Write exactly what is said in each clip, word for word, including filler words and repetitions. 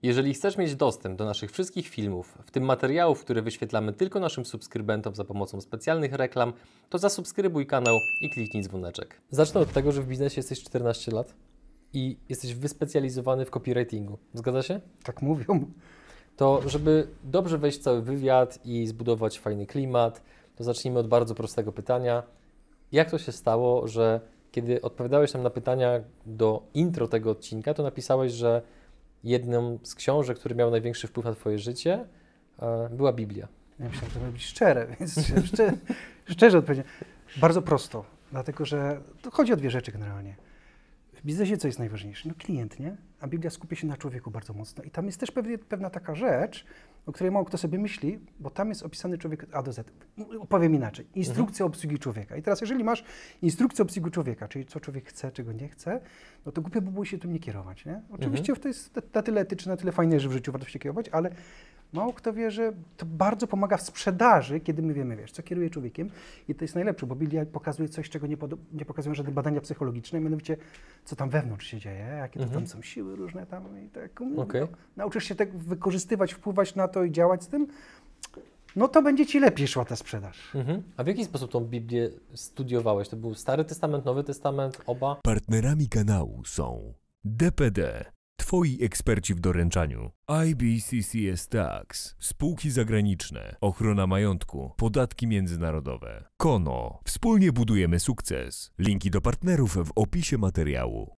Jeżeli chcesz mieć dostęp do naszych wszystkich filmów, w tym materiałów, które wyświetlamy tylko naszym subskrybentom za pomocą specjalnych reklam, to zasubskrybuj kanał i kliknij dzwoneczek. Zacznę od tego, że w biznesie jesteś czternaście lat i jesteś wyspecjalizowany w copywritingu. Zgadza się? Tak mówią. To żeby dobrze wejść w cały wywiad i zbudować fajny klimat, to zacznijmy od bardzo prostego pytania. Jak to się stało, że kiedy odpowiadałeś nam na pytania do intro tego odcinka, to napisałeś, że jedną z książek, które miały największy wpływ na Twoje życie, była Biblia. Ja myślałem, że to ma być szczere, więc szczerze, szczerze odpowiedziałem. Bardzo prosto, dlatego że to chodzi o dwie rzeczy generalnie. W biznesie co jest najważniejsze? No klient, nie? A Biblia skupia się na człowieku bardzo mocno. I tam jest też pewnie, pewna taka rzecz, o której mało kto sobie myśli, bo tam jest opisany człowiek od A do Z. Powiem inaczej. Instrukcja mhm. obsługi człowieka. I teraz jeżeli masz instrukcję obsługi człowieka, czyli co człowiek chce, czego nie chce, no to głupio by było się tym nie kierować, nie? Oczywiście mhm. to jest na tyle etyczne, na tyle fajne, że w życiu warto się kierować, ale mało kto wie, że to bardzo pomaga w sprzedaży, kiedy my wiemy, wiesz, co kieruje człowiekiem. I to jest najlepsze, bo Biblia pokazuje coś, czego nie, nie pokazują żadne badania psychologiczne, mianowicie co tam wewnątrz się dzieje, jakie to mhm. tam są siły różne tam i tak. Okay. No, nauczysz się tak wykorzystywać, wpływać na to i działać z tym, no to będzie ci lepiej szła ta sprzedaż. Mhm. A w jaki sposób tą Biblię studiowałeś? To był Stary Testament, Nowy Testament, oba? Partnerami kanału są D P D, Twoi eksperci w doręczaniu, I B C C S Tax, spółki zagraniczne, ochrona majątku, podatki międzynarodowe. Kono. Wspólnie budujemy sukces. Linki do partnerów w opisie materiału.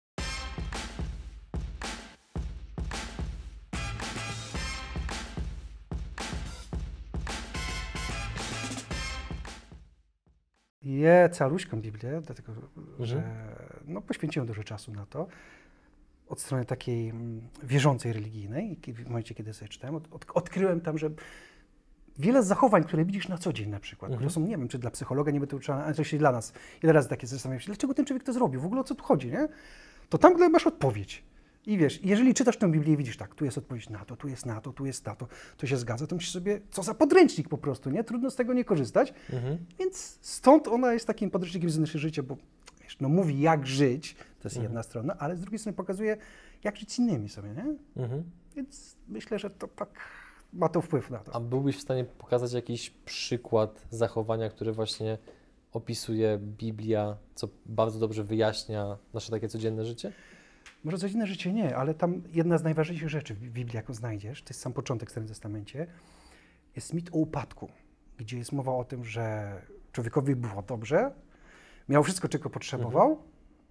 Je caluśką Biblię, dlatego mhm. że no, poświęciłem dużo czasu na to. Od strony takiej mm, wierzącej, religijnej, w momencie, kiedy sobie czytałem, od, od, odkryłem tam, że wiele zachowań, które widzisz na co dzień na przykład, mhm. które są, nie wiem, czy dla psychologa nie będą uczone, ale coś dla nas. Ile razy takie zastanawiam się, dlaczego ten człowiek to zrobił, w ogóle o co tu chodzi, nie? To tam, gdzie masz odpowiedź. I wiesz, jeżeli czytasz tę Biblię i widzisz tak, tu jest odpowiedź na to, tu jest na to, tu jest na to, to się zgadza, to myślisz sobie, co za podręcznik po prostu, nie? Trudno z tego nie korzystać. Mhm. Więc stąd ona jest takim podręcznikiem z naszego życia, bo wiesz, no mówi jak żyć, to jest mhm. jedna strona, ale z drugiej strony pokazuje, jak żyć z innymi sobie, nie? Mhm. Więc myślę, że to tak ma to wpływ na to. A byłbyś w stanie pokazać jakiś przykład zachowania, które właśnie opisuje Biblia, co bardzo dobrze wyjaśnia nasze takie codzienne życie? Może codzienne życie nie, ale tam jedna z najważniejszych rzeczy w Biblii, jaką znajdziesz, to jest sam początek w Starym Testamencie, jest mit o upadku, gdzie jest mowa o tym, że człowiekowi było dobrze, miał wszystko, czego potrzebował, mhm.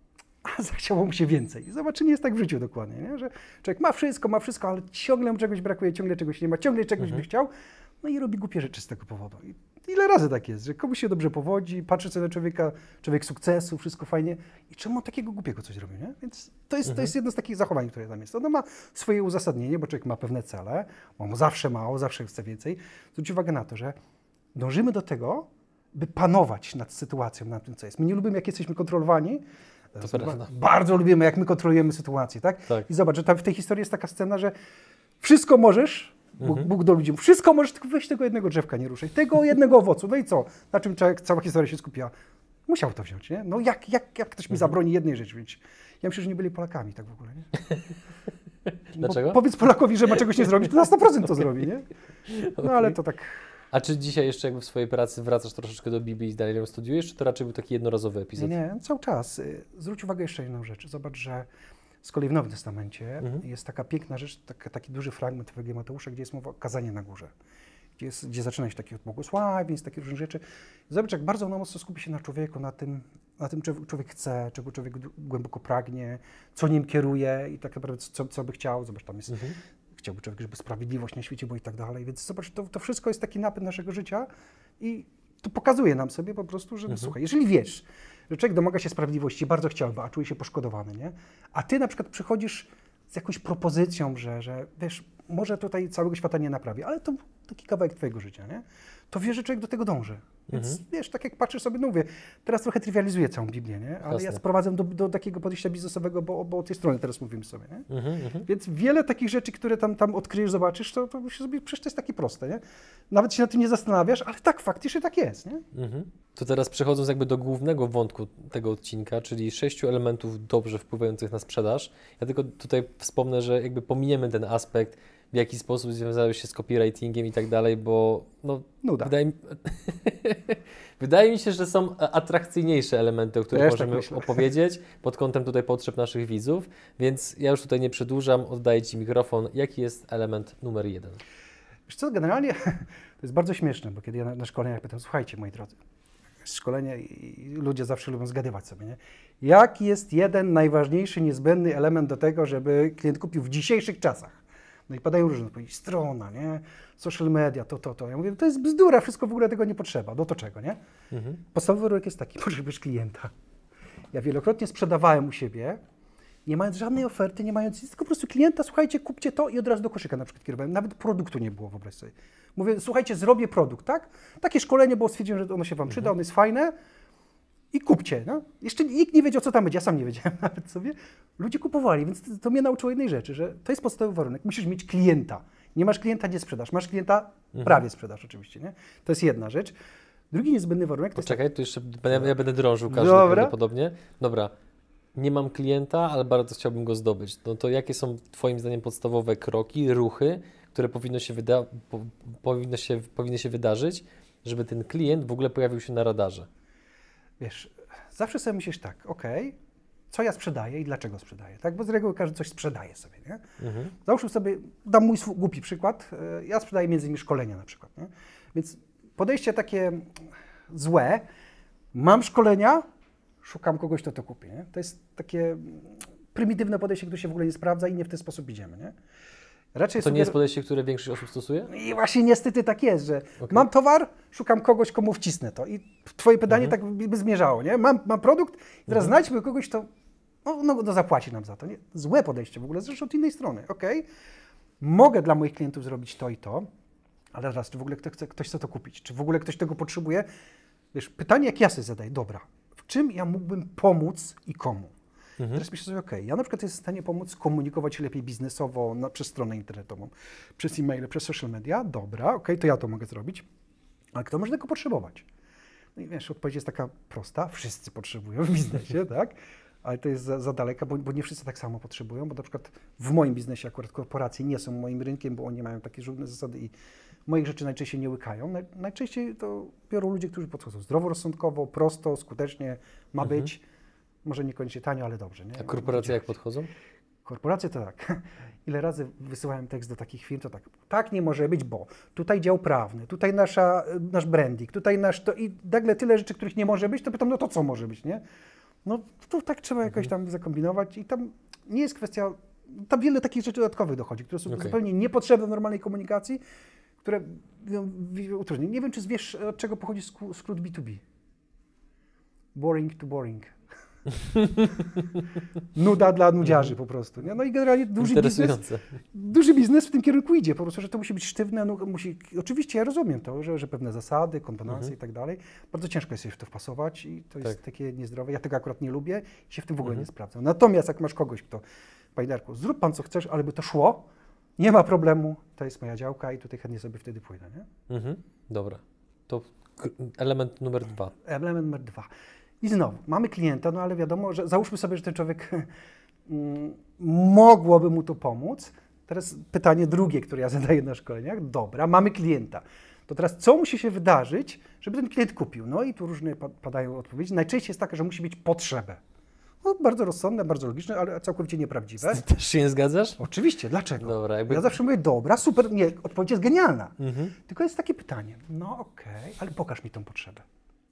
a zachciało mu się więcej. I zobacz, czy nie jest tak w życiu dokładnie, nie? Że człowiek ma wszystko, ma wszystko, ale ciągle mu czegoś brakuje, ciągle czegoś nie ma, ciągle czegoś mhm. by chciał, no i robi głupie rzeczy z tego powodu. I ile razy tak jest, że komuś się dobrze powodzi, patrzy sobie na człowieka, człowiek sukcesu, wszystko fajnie i czemu on takiego głupiego coś robi, nie? Więc to jest, mhm. to jest jedno z takich zachowań, które tam jest. Ono ma swoje uzasadnienie, bo człowiek ma pewne cele, ma mu zawsze mało, zawsze chce więcej. Zwróć uwagę na to, że dążymy do tego, by panować nad sytuacją, nad tym, co jest. My nie lubimy, jak jesteśmy kontrolowani. To ba- bardzo lubimy, jak my kontrolujemy sytuację, tak? tak. I zobacz, że tam w tej historii jest taka scena, że wszystko możesz, Bóg, mhm. Bóg do ludzi mówi, wszystko możesz, tylko weź tego jednego drzewka, nie ruszaj, tego jednego owocu. No i co? Na czym cała historia się skupiła? Musiał to wziąć, nie? No jak, jak, jak ktoś mi mhm. zabroni jednej rzeczy wziąć? Ja myślę, że nie byli Polakami tak w ogóle, nie? Dlaczego? Bo powiedz Polakowi, że ma czegoś nie zrobić, to na sto procent to zrobi, nie? No okay. ale to tak... A czy dzisiaj jeszcze jakby w swojej pracy wracasz troszeczkę do Biblii i dalej ją studiujesz, czy to raczej był taki jednorazowy epizod? Nie, nie, cały czas. Zwróć uwagę jeszcze jedną rzecz. Zobacz, że z kolei w Nowym Testamencie mhm. jest taka piękna rzecz, taki, taki duży fragment Ewangelii Mateusza, gdzie jest mowa o kazaniu na górze. Gdzie, jest, gdzie zaczyna się takie od błogosławieństw, takie różne rzeczy. Zobacz, jak bardzo ona mocno skupi się na człowieku, na tym, na tym, czego człowiek chce, czego człowiek głęboko pragnie, co nim kieruje i tak naprawdę co, co by chciał. Zobacz, tam jest... Mhm. Chciałby człowiek, żeby sprawiedliwość na świecie była i tak dalej. Więc zobacz, to, to wszystko jest taki napęd naszego życia i to pokazuje nam sobie po prostu, że no, mhm. słuchaj, jeżeli wiesz, że człowiek domaga się sprawiedliwości, bardzo chciałby, a czuje się poszkodowany, nie? A ty na przykład przychodzisz z jakąś propozycją, że, że wiesz, może tutaj całego świata nie naprawi, ale to taki kawałek twojego życia, nie? To wiesz, że człowiek do tego dąży. Więc Mhm. wiesz, tak jak patrzysz sobie, no mówię, teraz trochę trywializuję całą Biblię, nie? Ale Jasne. ja sprowadzam do, do takiego podejścia biznesowego, bo, bo o tej stronie teraz mówimy sobie, nie? Mhm, mhm. Więc wiele takich rzeczy, które tam, tam odkryjesz, zobaczysz, to, to się sobie, przecież to jest takie proste, nie? Nawet się nad tym nie zastanawiasz, ale tak, faktycznie tak jest, nie? Mhm. To teraz przechodząc jakby do głównego wątku tego odcinka, czyli sześciu elementów dobrze wpływających na sprzedaż. Ja tylko tutaj wspomnę, że jakby pominiemy ten aspekt, w jaki sposób związałeś się z copywritingiem i tak dalej, bo no, Nuda. wydaje mi... wydaje mi się, że są atrakcyjniejsze elementy, o których Też tak możemy myślę. opowiedzieć pod kątem tutaj potrzeb naszych widzów, więc ja już tutaj nie przedłużam, oddaję Ci mikrofon. Jaki jest element numer jeden? Wiesz co, generalnie to jest bardzo śmieszne, bo kiedy ja na, na szkoleniach pytam, słuchajcie, moi drodzy, szkolenie i i ludzie zawsze lubią zgadywać sobie, nie? Jaki jest jeden najważniejszy, niezbędny element do tego, żeby klient kupił w dzisiejszych czasach? No i padają różne odpowiedzi, strona, nie? Social media, to, to, to. Ja mówię, to jest bzdura, wszystko w ogóle tego nie potrzeba. No to czego, nie? Mhm. Podstawowy warunek jest taki, potrzebujesz klienta. Ja wielokrotnie sprzedawałem u siebie, nie mając żadnej oferty, nie mając nic, tylko po prostu klienta, słuchajcie, kupcie to i od razu do koszyka na przykład kierowałem. Nawet produktu nie było, wyobraź sobie. Mówię, słuchajcie, zrobię produkt, tak? Takie szkolenie, bo stwierdziłem, że ono się wam przyda, ono jest fajne i kupcie, no. Jeszcze nikt nie wiedział, co tam będzie, ja sam nie wiedziałem nawet sobie. Ludzie kupowali, więc to, to mnie nauczyło jednej rzeczy, że to jest podstawowy warunek. Musisz mieć klienta. Nie masz klienta, nie sprzedasz. Masz klienta, Mhm. prawie sprzedasz oczywiście, nie? To jest jedna rzecz. Drugi niezbędny warunek to jest Poczekaj, tu jeszcze będę, ja będę drążył każdy Dobra. prawdopodobnie. Dobra. Nie mam klienta, ale bardzo chciałbym go zdobyć. No to jakie są Twoim zdaniem podstawowe kroki, ruchy, które powinno się wyda- po, powinno się, powinny się wydarzyć, żeby ten klient w ogóle pojawił się na radarze? Wiesz, zawsze sobie myślisz tak, okej, co ja sprzedaję i dlaczego sprzedaję, tak? Bo z reguły każdy coś sprzedaje sobie, nie? Mhm. Załóżmy sobie, dam mój swój głupi przykład, e, ja sprzedaję między innymi szkolenia na przykład, nie? Więc podejście takie złe, mam szkolenia, szukam kogoś, kto to kupi, nie? To jest takie prymitywne podejście, które się w ogóle nie sprawdza i nie w ten sposób idziemy, nie? Raczej To nie suger- jest podejście, które większość osób stosuje? I właśnie niestety tak jest, że Okej. mam towar, szukam kogoś, komu wcisnę to. I twoje pytanie Mhm. tak by by zmierzało, nie? Mam, mam produkt i teraz Mhm. znajdźmy kogoś, kto no, no, no zapłaci nam za to. Nie? Złe podejście w ogóle, zresztą od innej strony. Okej, mogę dla moich klientów zrobić to i to, ale teraz, czy w ogóle ktoś chce, ktoś chce to kupić? Czy w ogóle ktoś tego potrzebuje? Wiesz, pytanie jak ja sobie zadaję, dobra, w czym ja mógłbym pomóc i komu? Mhm. Teraz myślę sobie, okej, ja na przykład jestem w stanie pomóc komunikować się lepiej biznesowo na, przez stronę internetową, przez e-maile, przez social media, dobra, okej, to ja to mogę zrobić, ale kto może tego potrzebować? No i wiesz, odpowiedź jest taka prosta, wszyscy potrzebują w biznesie, tak? Ale to jest za, za daleka, bo, bo nie wszyscy tak samo potrzebują, bo na przykład w moim biznesie akurat korporacje nie są moim rynkiem, bo oni mają takie różne zasady i moich rzeczy najczęściej nie łykają. Naj, najczęściej to biorą ludzie, którzy podchodzą zdroworozsądkowo, prosto, skutecznie, ma Mhm. być. Może niekoniecznie tanio, ale dobrze. Nie? A korporacje jak podchodzą? Korporacje to tak. Ile razy wysyłałem tekst do takich firm, to tak. Tak nie może być, bo tutaj dział prawny, tutaj nasza, nasz branding, tutaj nasz to i nagle tyle rzeczy, których nie może być, to pytam, no to co może być, nie? No to tak trzeba jakoś tam zakombinować i tam nie jest kwestia, tam wiele takich rzeczy dodatkowych dochodzi, które są Okej. zupełnie niepotrzebne w normalnej komunikacji, które no, wi- utrudnią. Nie wiem, czy wiesz, od czego pochodzi sku- skrót B dwa B. Boring to boring. Nuda dla nudziarzy po prostu. Nie? No i generalnie duży biznes, Interesujące. duży biznes w tym kierunku idzie, po prostu, że to musi być sztywne, no, musi, oczywiście ja rozumiem to, że, że pewne zasady, konwenancje Mhm. i tak dalej, bardzo ciężko jest się w to wpasować i to jest Tak. takie niezdrowe, ja tego akurat nie lubię i się w tym w ogóle Mhm. nie sprawdzam. Natomiast jak masz kogoś, kto, panie Darku, zrób pan co chcesz, ale by to szło, nie ma problemu, to jest moja działka i tutaj chętnie sobie wtedy pójdę, nie? Mhm. Dobra. To k- element numer dwa. Element numer dwa. I znowu, mamy klienta, no ale wiadomo, że załóżmy sobie, że ten człowiek mm, mogłoby mu to pomóc. Teraz pytanie drugie, które ja zadaję na szkoleniach. Dobra, mamy klienta. To teraz co musi się wydarzyć, żeby ten klient kupił? No i tu różne pa- padają odpowiedzi. Najczęściej jest taka, że musi mieć potrzebę. No, bardzo rozsądne, bardzo logiczne, ale całkowicie nieprawdziwe. Ty też się nie zgadzasz? Oczywiście, dlaczego? Dobra, jakby... Ja zawsze mówię, dobra, super, nie, odpowiedź jest genialna. Mhm. Tylko jest takie pytanie, no okej, ale pokaż mi tą potrzebę.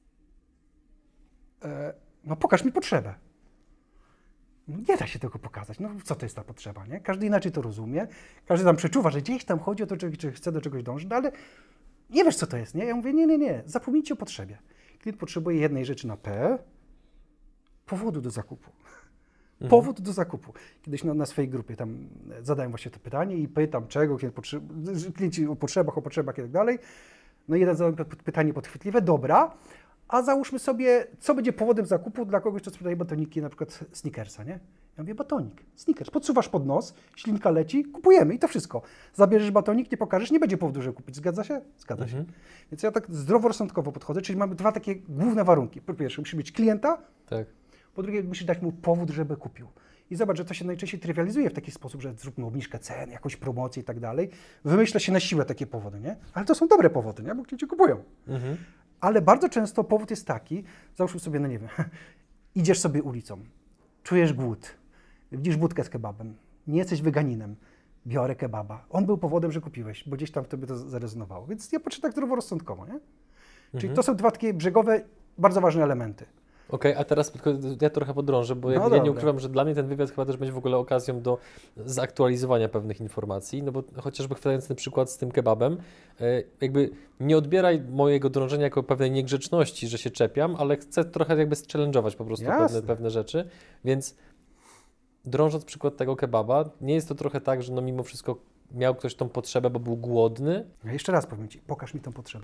E, no pokaż mi potrzebę. No, nie da się tego pokazać. No co to jest ta potrzeba, nie? Każdy inaczej to rozumie, każdy tam przeczuwa, że gdzieś tam chodzi o to, czy, czy chce do czegoś dążyć, no ale nie wiesz, co to jest, nie? Ja mówię, nie, nie, nie, zapomnijcie o potrzebie. Klient potrzebuje jednej rzeczy na P, powodu do zakupu. Mhm. Powód do zakupu. Kiedyś na, na swojej grupie tam zadałem właśnie to pytanie i pytam, czego klient potrzebuje, klienci o potrzebach, o potrzebach i tak dalej. No i jeden zadał pytanie podchwytliwe, dobra, a załóżmy sobie, co będzie powodem zakupu dla kogoś, kto sprzedaje batoniki, na przykład Snickersa, nie? Ja mówię, batonik, Snickers, podsuwasz pod nos, ślinka leci, kupujemy i to wszystko. Zabierzesz batonik, nie pokażesz, nie będzie powodu, żeby kupić. Zgadza się? Zgadza Mhm. się. Więc ja tak zdroworozsądkowo podchodzę, czyli mamy dwa takie główne warunki. Po pierwsze, musi mieć klienta, Tak. po drugie, musisz dać mu powód, żeby kupił. I zobacz, że to się najczęściej trywializuje w taki sposób, że zróbmy obniżkę cen, jakąś promocję i tak dalej. Wymyśla się na siłę takie powody, nie? Ale to są dobre powody, nie? Bo klienci kupują. Mhm. Ale bardzo często powód jest taki, załóżmy sobie, no nie wiem, idziesz sobie ulicą, czujesz głód, widzisz budkę z kebabem, nie jesteś weganinem, biorę kebaba. On był powodem, że kupiłeś, bo gdzieś tam w tobie to zarezonowało. Więc ja patrzę tak zdroworozsądkowo, nie? Czyli Mhm. to są dwa takie brzegowe, bardzo ważne elementy. Okej, a teraz tylko ja trochę podrążę, bo No jakby ja nie dobra. ukrywam, że dla mnie ten wywiad chyba też będzie w ogóle okazją do zaktualizowania pewnych informacji, no bo chociażby chwalając ten przykład z tym kebabem, e, jakby nie odbieraj mojego drążenia jako pewnej niegrzeczności, że się czepiam, ale chcę trochę jakby challenge'ować po prostu pewne, Jasne. pewne rzeczy, więc drążąc przykład tego kebaba, nie jest to trochę tak, że no mimo wszystko miał ktoś tą potrzebę, bo był głodny? Ja jeszcze raz powiem Ci, pokaż mi tą potrzebę.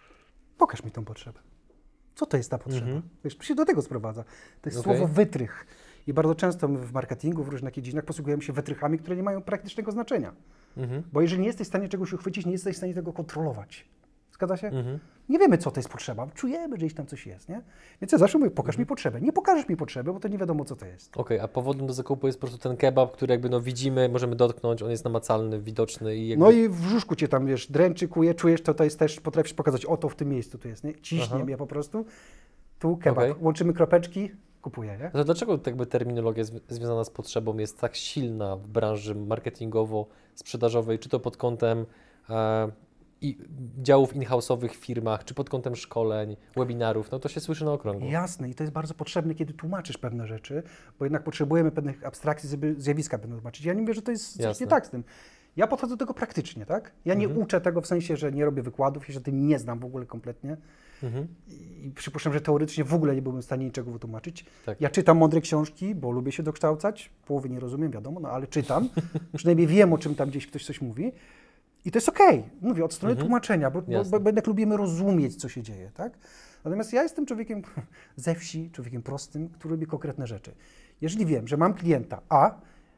Pokaż mi tą potrzebę. Co to jest ta potrzeba? Mhm. Wiesz, to się do tego sprowadza. To jest Okej. słowo wytrych. I bardzo często my w marketingu, w różnych dziedzinach posługujemy się wytrychami, które nie mają praktycznego znaczenia. Mhm. Bo jeżeli nie jesteś w stanie czegoś uchwycić, nie jesteś w stanie tego kontrolować. Zgadza się? Mhm. Nie wiemy, co to jest potrzeba. Czujemy, że gdzieś tam coś jest, nie? Więc ja zawsze mówię, pokaż mi potrzebę. Nie pokażesz mi potrzeby, bo to nie wiadomo, co to jest. Okej, a powodem do zakupu jest po prostu ten kebab, który jakby no widzimy, możemy dotknąć, on jest namacalny, widoczny i jakby... No i w brzuszku cię tam, wiesz, dręczy, kuje, czujesz, to, to jest też, potrafisz pokazać, o to w tym miejscu tu jest, nie? Ciśnie Aha. mnie po prostu. Tu kebab. Okej. Łączymy kropeczki, kupuję, nie? No to dlaczego jakby terminologia zwi- związana z potrzebą jest tak silna w branży marketingowo-sprzedażowej, czy to pod kątem e, i działów in-house'owych w firmach, czy pod kątem szkoleń, webinarów, no to się słyszy na okrągło. Jasne i to jest bardzo potrzebne, kiedy tłumaczysz pewne rzeczy, bo jednak potrzebujemy pewnych abstrakcji, żeby zjawiska pewne zobaczyć. Ja nie mówię, że to jest coś Jasne. nie tak z tym. Ja podchodzę do tego praktycznie, tak? Ja nie Mhm. uczę tego w sensie, że nie robię wykładów i że tym nie znam w ogóle kompletnie. Mhm. I przypuszczam, że teoretycznie w ogóle nie byłbym w stanie niczego wytłumaczyć. Tak. Ja czytam mądre książki, bo lubię się dokształcać. Połowy nie rozumiem, wiadomo, no ale czytam. Przynajmniej wiem, o czym tam gdzieś ktoś coś mówi. I to jest okej. Mówię, od strony Mhm. tłumaczenia, bo, bo, Jasne. bo jednak lubimy rozumieć, co się dzieje, tak? Natomiast ja jestem człowiekiem ze wsi, człowiekiem prostym, który lubi konkretne rzeczy. Jeżeli wiem, że mam klienta A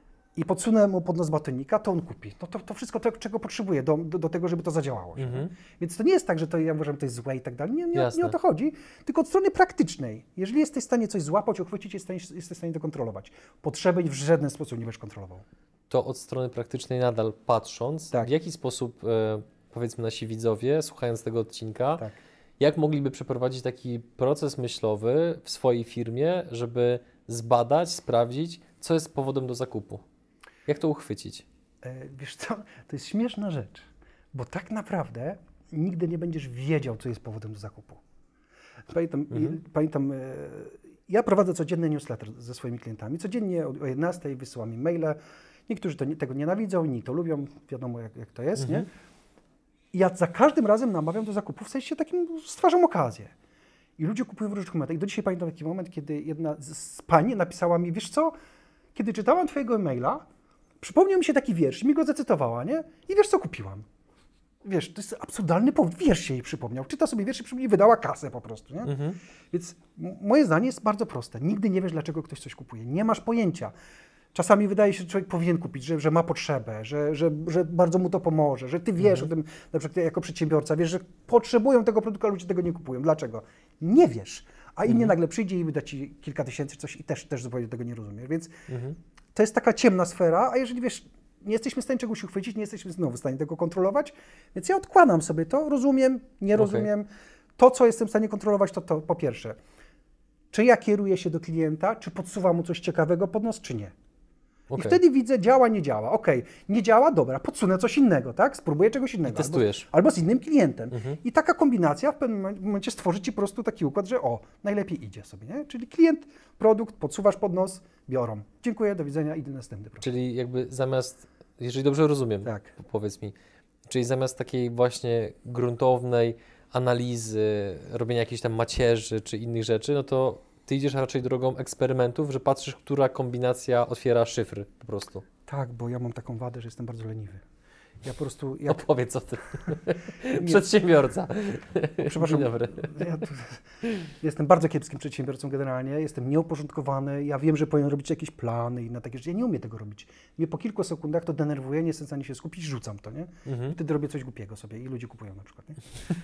i podsunę mu pod nos batonika, to on kupi. No to, to wszystko to, czego potrzebuje do, do, do tego, żeby to zadziałało się. Mhm. Więc to nie jest tak, że to ja uważam, że to jest złe i tak dalej. Nie, nie, Jasne. nie o to chodzi. Tylko od strony praktycznej. Jeżeli jesteś w stanie coś złapać, uchwycić, jesteś, jesteś w stanie to kontrolować. Potrzeby w żaden sposób nie będziesz kontrolował. To od strony praktycznej nadal patrząc, Tak. w jaki sposób, e, powiedzmy nasi widzowie, słuchając tego odcinka, Tak. jak mogliby przeprowadzić taki proces myślowy w swojej firmie, żeby zbadać, sprawdzić, co jest powodem do zakupu? Jak to uchwycić? E, wiesz co, to jest śmieszna rzecz, bo tak naprawdę nigdy nie będziesz wiedział, co jest powodem do zakupu. Pamiętam, Mhm. i, pamiętam e, ja prowadzę codzienny newsletter ze swoimi klientami. Codziennie o, o jedenastej wysyłam im maile. Niektórzy to, nie- tego nienawidzą, inni to lubią, wiadomo jak, jak to jest, Mhm. nie? I ja za każdym razem namawiam do zakupu, w sensie takim stwarzam okazję. I ludzie kupują w różnych momentach. I do dzisiaj pamiętam taki moment, kiedy jedna z, z pań napisała mi, wiesz co, kiedy czytałam twojego e-maila, przypomniał mi się taki wiersz i mi go zacytowała, nie? I wiesz co kupiłam? Wiesz, to jest absurdalny powód. Wiersz się jej przypomniał. Czyta sobie wiersz i przypomniał i wydała kasę po prostu, nie? Mhm. Więc m- moje zdanie jest bardzo proste. Nigdy nie wiesz, dlaczego ktoś coś kupuje. Nie masz pojęcia. Czasami wydaje się, że człowiek powinien kupić, że, że ma potrzebę, że, że, że bardzo mu to pomoże, że ty wiesz Mhm. o tym, na przykład jako przedsiębiorca, wiesz, że potrzebują tego produktu, a ludzie tego nie kupują. Dlaczego? Nie wiesz. A inni Mhm. nagle przyjdzie i wyda ci kilka tysięcy czy coś i też, też zupełnie tego nie rozumiesz. Więc Mhm. to jest taka ciemna sfera, a jeżeli wiesz, nie jesteśmy w stanie czegoś uchwycić, nie jesteśmy znowu w stanie tego kontrolować, więc ja odkładam sobie to, rozumiem, nie Okej. rozumiem. To, co jestem w stanie kontrolować, to to po pierwsze, czy ja kieruję się do klienta, czy podsuwam mu coś ciekawego pod nos, czy nie. I Okej. wtedy widzę, działa, nie działa. Okej, nie działa, dobra, podsunę coś innego, tak? Spróbuję czegoś innego. testujesz. Albo, albo z innym klientem. Mhm. I taka kombinacja w pewnym momen- momencie stworzy ci po prostu taki układ, że o, najlepiej idzie sobie, nie? Czyli klient, produkt, podsuwasz pod nos, biorą. Dziękuję, do widzenia, idę następny. Proszę. Czyli jakby zamiast, jeżeli dobrze rozumiem, Tak. po- powiedz mi, czyli zamiast takiej właśnie gruntownej analizy, robienia jakichś tam macierzy czy innych rzeczy, no to ty idziesz raczej drogą eksperymentów, że patrzysz, która kombinacja otwiera szyfry po prostu. Tak, bo ja mam taką wadę, że jestem bardzo leniwy. Ja po prostu... Jak... Opowiedz o tym. Przedsiębiorca. Przepraszam, Dzień dobry. Ja tu, jestem bardzo kiepskim przedsiębiorcą generalnie, jestem nieuporządkowany, ja wiem, że powinien robić jakieś plany i na takie rzeczy. Ja nie umiem tego robić. Mnie po kilku sekundach to denerwuje, nie jestem w stanie się skupić, rzucam to, nie? Mhm. I wtedy robię coś głupiego sobie i ludzie kupują na przykład, nie?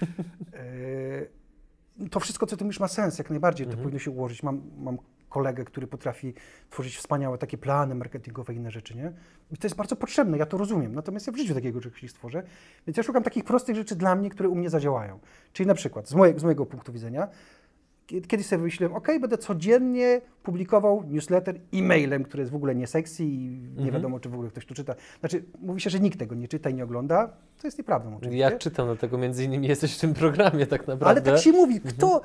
e, to wszystko, co tu już ma sens, jak najbardziej, to Mhm. powinno się ułożyć. Mam, mam kolegę, który potrafi tworzyć wspaniałe takie plany marketingowe i inne rzeczy, nie? I to jest bardzo potrzebne, ja to rozumiem, natomiast ja w życiu takiego czegoś nie stworzę, więc ja szukam takich prostych rzeczy dla mnie, które u mnie zadziałają. Czyli na przykład, z, moje, z mojego punktu widzenia, kiedyś sobie wymyśliłem, ok, będę codziennie publikował newsletter e-mailem, który jest w ogóle nie sexy i nie Mhm. wiadomo, czy w ogóle ktoś to czyta. Znaczy, mówi się, że nikt tego nie czyta i nie ogląda, to jest nieprawdą oczywiście. Ja czytam, dlatego między innymi jesteś w tym programie tak naprawdę. Ale tak się mówi, kto...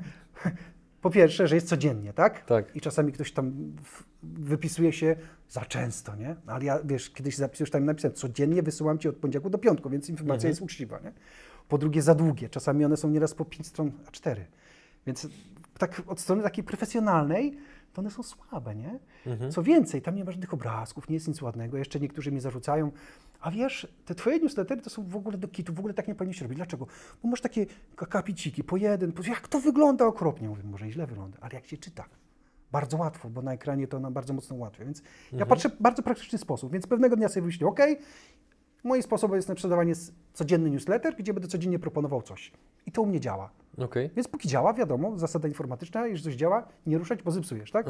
Po pierwsze, że jest codziennie, tak? Tak. I czasami ktoś tam w- wypisuje się za często, nie? Ale ja, wiesz, kiedyś zapisujesz tam napisałem, codziennie wysyłam ci od poniedziałku do piątku, więc informacja Mhm. jest uczciwa, nie? Po drugie, za długie. Czasami one są nieraz po pięć stron A cztery. Więc tak od strony takiej profesjonalnej to one są słabe, nie? Mhm. Co więcej, tam nie ma żadnych obrazków, nie jest nic ładnego. Jeszcze niektórzy mi zarzucają, a wiesz, te twoje newslettery to są w ogóle do kitu, w ogóle tak nie powinieneś robić. Dlaczego? Bo masz takie kapiciki, po jeden, po... jak to wygląda okropnie. Mówię, może źle wygląda, ale jak się czyta? Bardzo łatwo, bo na ekranie to nam bardzo mocno ułatwia. Więc ja Mhm. patrzę w bardzo praktyczny sposób, więc pewnego dnia sobie myślę, ok, moim sposobem jest na sprzedawanie s- codzienny newsletter, gdzie będę codziennie proponował coś. I to u mnie działa. Okej. Więc póki działa, wiadomo, zasada informatyczna, jeżeli coś działa, nie ruszać, bo zepsujesz, tak?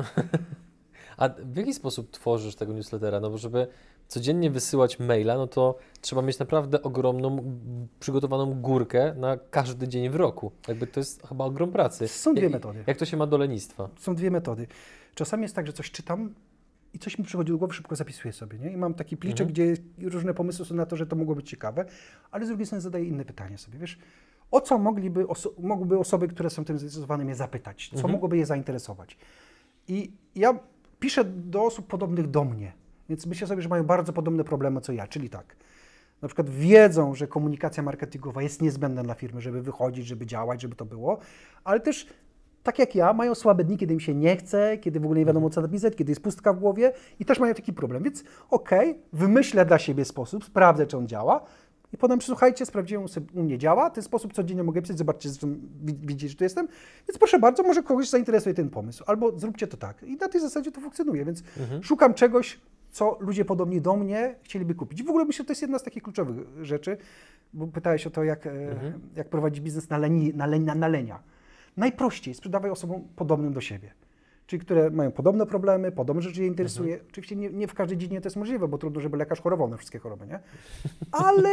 A w jaki sposób tworzysz tego newslettera? No bo żeby codziennie wysyłać maila, no to trzeba mieć naprawdę ogromną, g- przygotowaną górkę na każdy dzień w roku. Jakby to jest chyba ogrom pracy. Są dwie Jak- metody. Jak to się ma do lenistwa? Są dwie metody. Czasami jest tak, że coś czytam i coś mi przychodzi do głowy, szybko zapisuję sobie, nie? I mam taki pliczek, Mhm. gdzie różne pomysły są na to, że to mogło być ciekawe, ale z drugiej strony zadaję inne pytanie sobie, wiesz, o co mogliby oso- mogłyby osoby, które są tym zainteresowane, mnie zapytać? Co Mhm. mogłoby je zainteresować? I ja piszę do osób podobnych do mnie, więc myślę sobie, że mają bardzo podobne problemy co ja, czyli tak, na przykład wiedzą, że komunikacja marketingowa jest niezbędna dla firmy, żeby wychodzić, żeby działać, żeby to było, ale też tak jak ja, mają słabe dni, kiedy im się nie chce, kiedy w ogóle nie wiadomo co napisać, kiedy jest pustka w głowie i też mają taki problem. Więc okej, wymyślę dla siebie sposób, sprawdzę, czy on działa i potem słuchajcie, sprawdziłem, u u mnie działa, ten sposób codziennie mogę pisać, zobaczcie, zresztą wi- widzicie, że tu jestem, więc proszę bardzo, może kogoś zainteresuje ten pomysł, albo zróbcie to tak. I na tej zasadzie to funkcjonuje, więc Mhm. szukam czegoś, co ludzie podobni do mnie chcieliby kupić. I w ogóle myślę, że to jest jedna z takich kluczowych rzeczy, bo pytałeś o to, jak, e, Mhm. jak prowadzić biznes na, leni, na, leni, na lenia. Najprościej sprzedawaj osobom podobnym do siebie. Czyli które mają podobne problemy, podobne rzeczy je interesuje. Mhm. Oczywiście nie, nie w każdej dziedzinie to jest możliwe, bo trudno, żeby lekarz chorował na wszystkie choroby, nie? Ale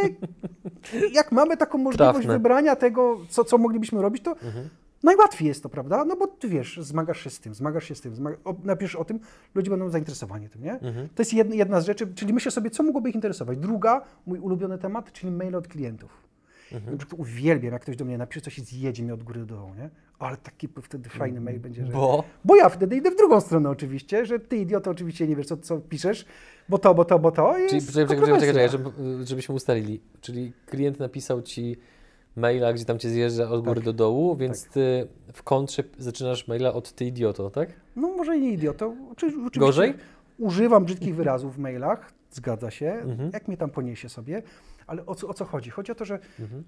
jak mamy taką możliwość Trafne. wybrania tego, co, co moglibyśmy robić, to Mhm. najłatwiej jest to, prawda? No bo ty wiesz, zmagasz się z tym, zmagasz się z tym, zmaga... o, napiszesz o tym, ludzie będą zainteresowani tym, nie? Mhm. To jest jedna, jedna z rzeczy, czyli myślę sobie, co mogłoby ich interesować. Druga, mój ulubiony temat, czyli maile od klientów. Mhm. Na przykład uwielbiam, jak ktoś do mnie napisze coś i zjedzie mnie od góry do dołu, nie? Ale taki wtedy fajny mail będzie, że... Bo? Bo ja wtedy idę w drugą stronę oczywiście, że ty idioto oczywiście nie wiesz, co, co piszesz, bo to, bo to, bo to i Czyli jest czekaj, czekaj, czekaj, czekaj, kontrowersja. żeby, żebyśmy ustalili. Czyli klient napisał ci maila, gdzie tam cię zjeżdża od góry Tak. do dołu, więc ty w kontrze zaczynasz maila od ty idioto, tak? No może nie idioto. Oczy, oczywiście Gorzej? Używam brzydkich wyrazów w mailach, zgadza się, Mhm. jak mnie tam poniesie sobie, ale o co, o co chodzi? Chodzi o to, że Mhm.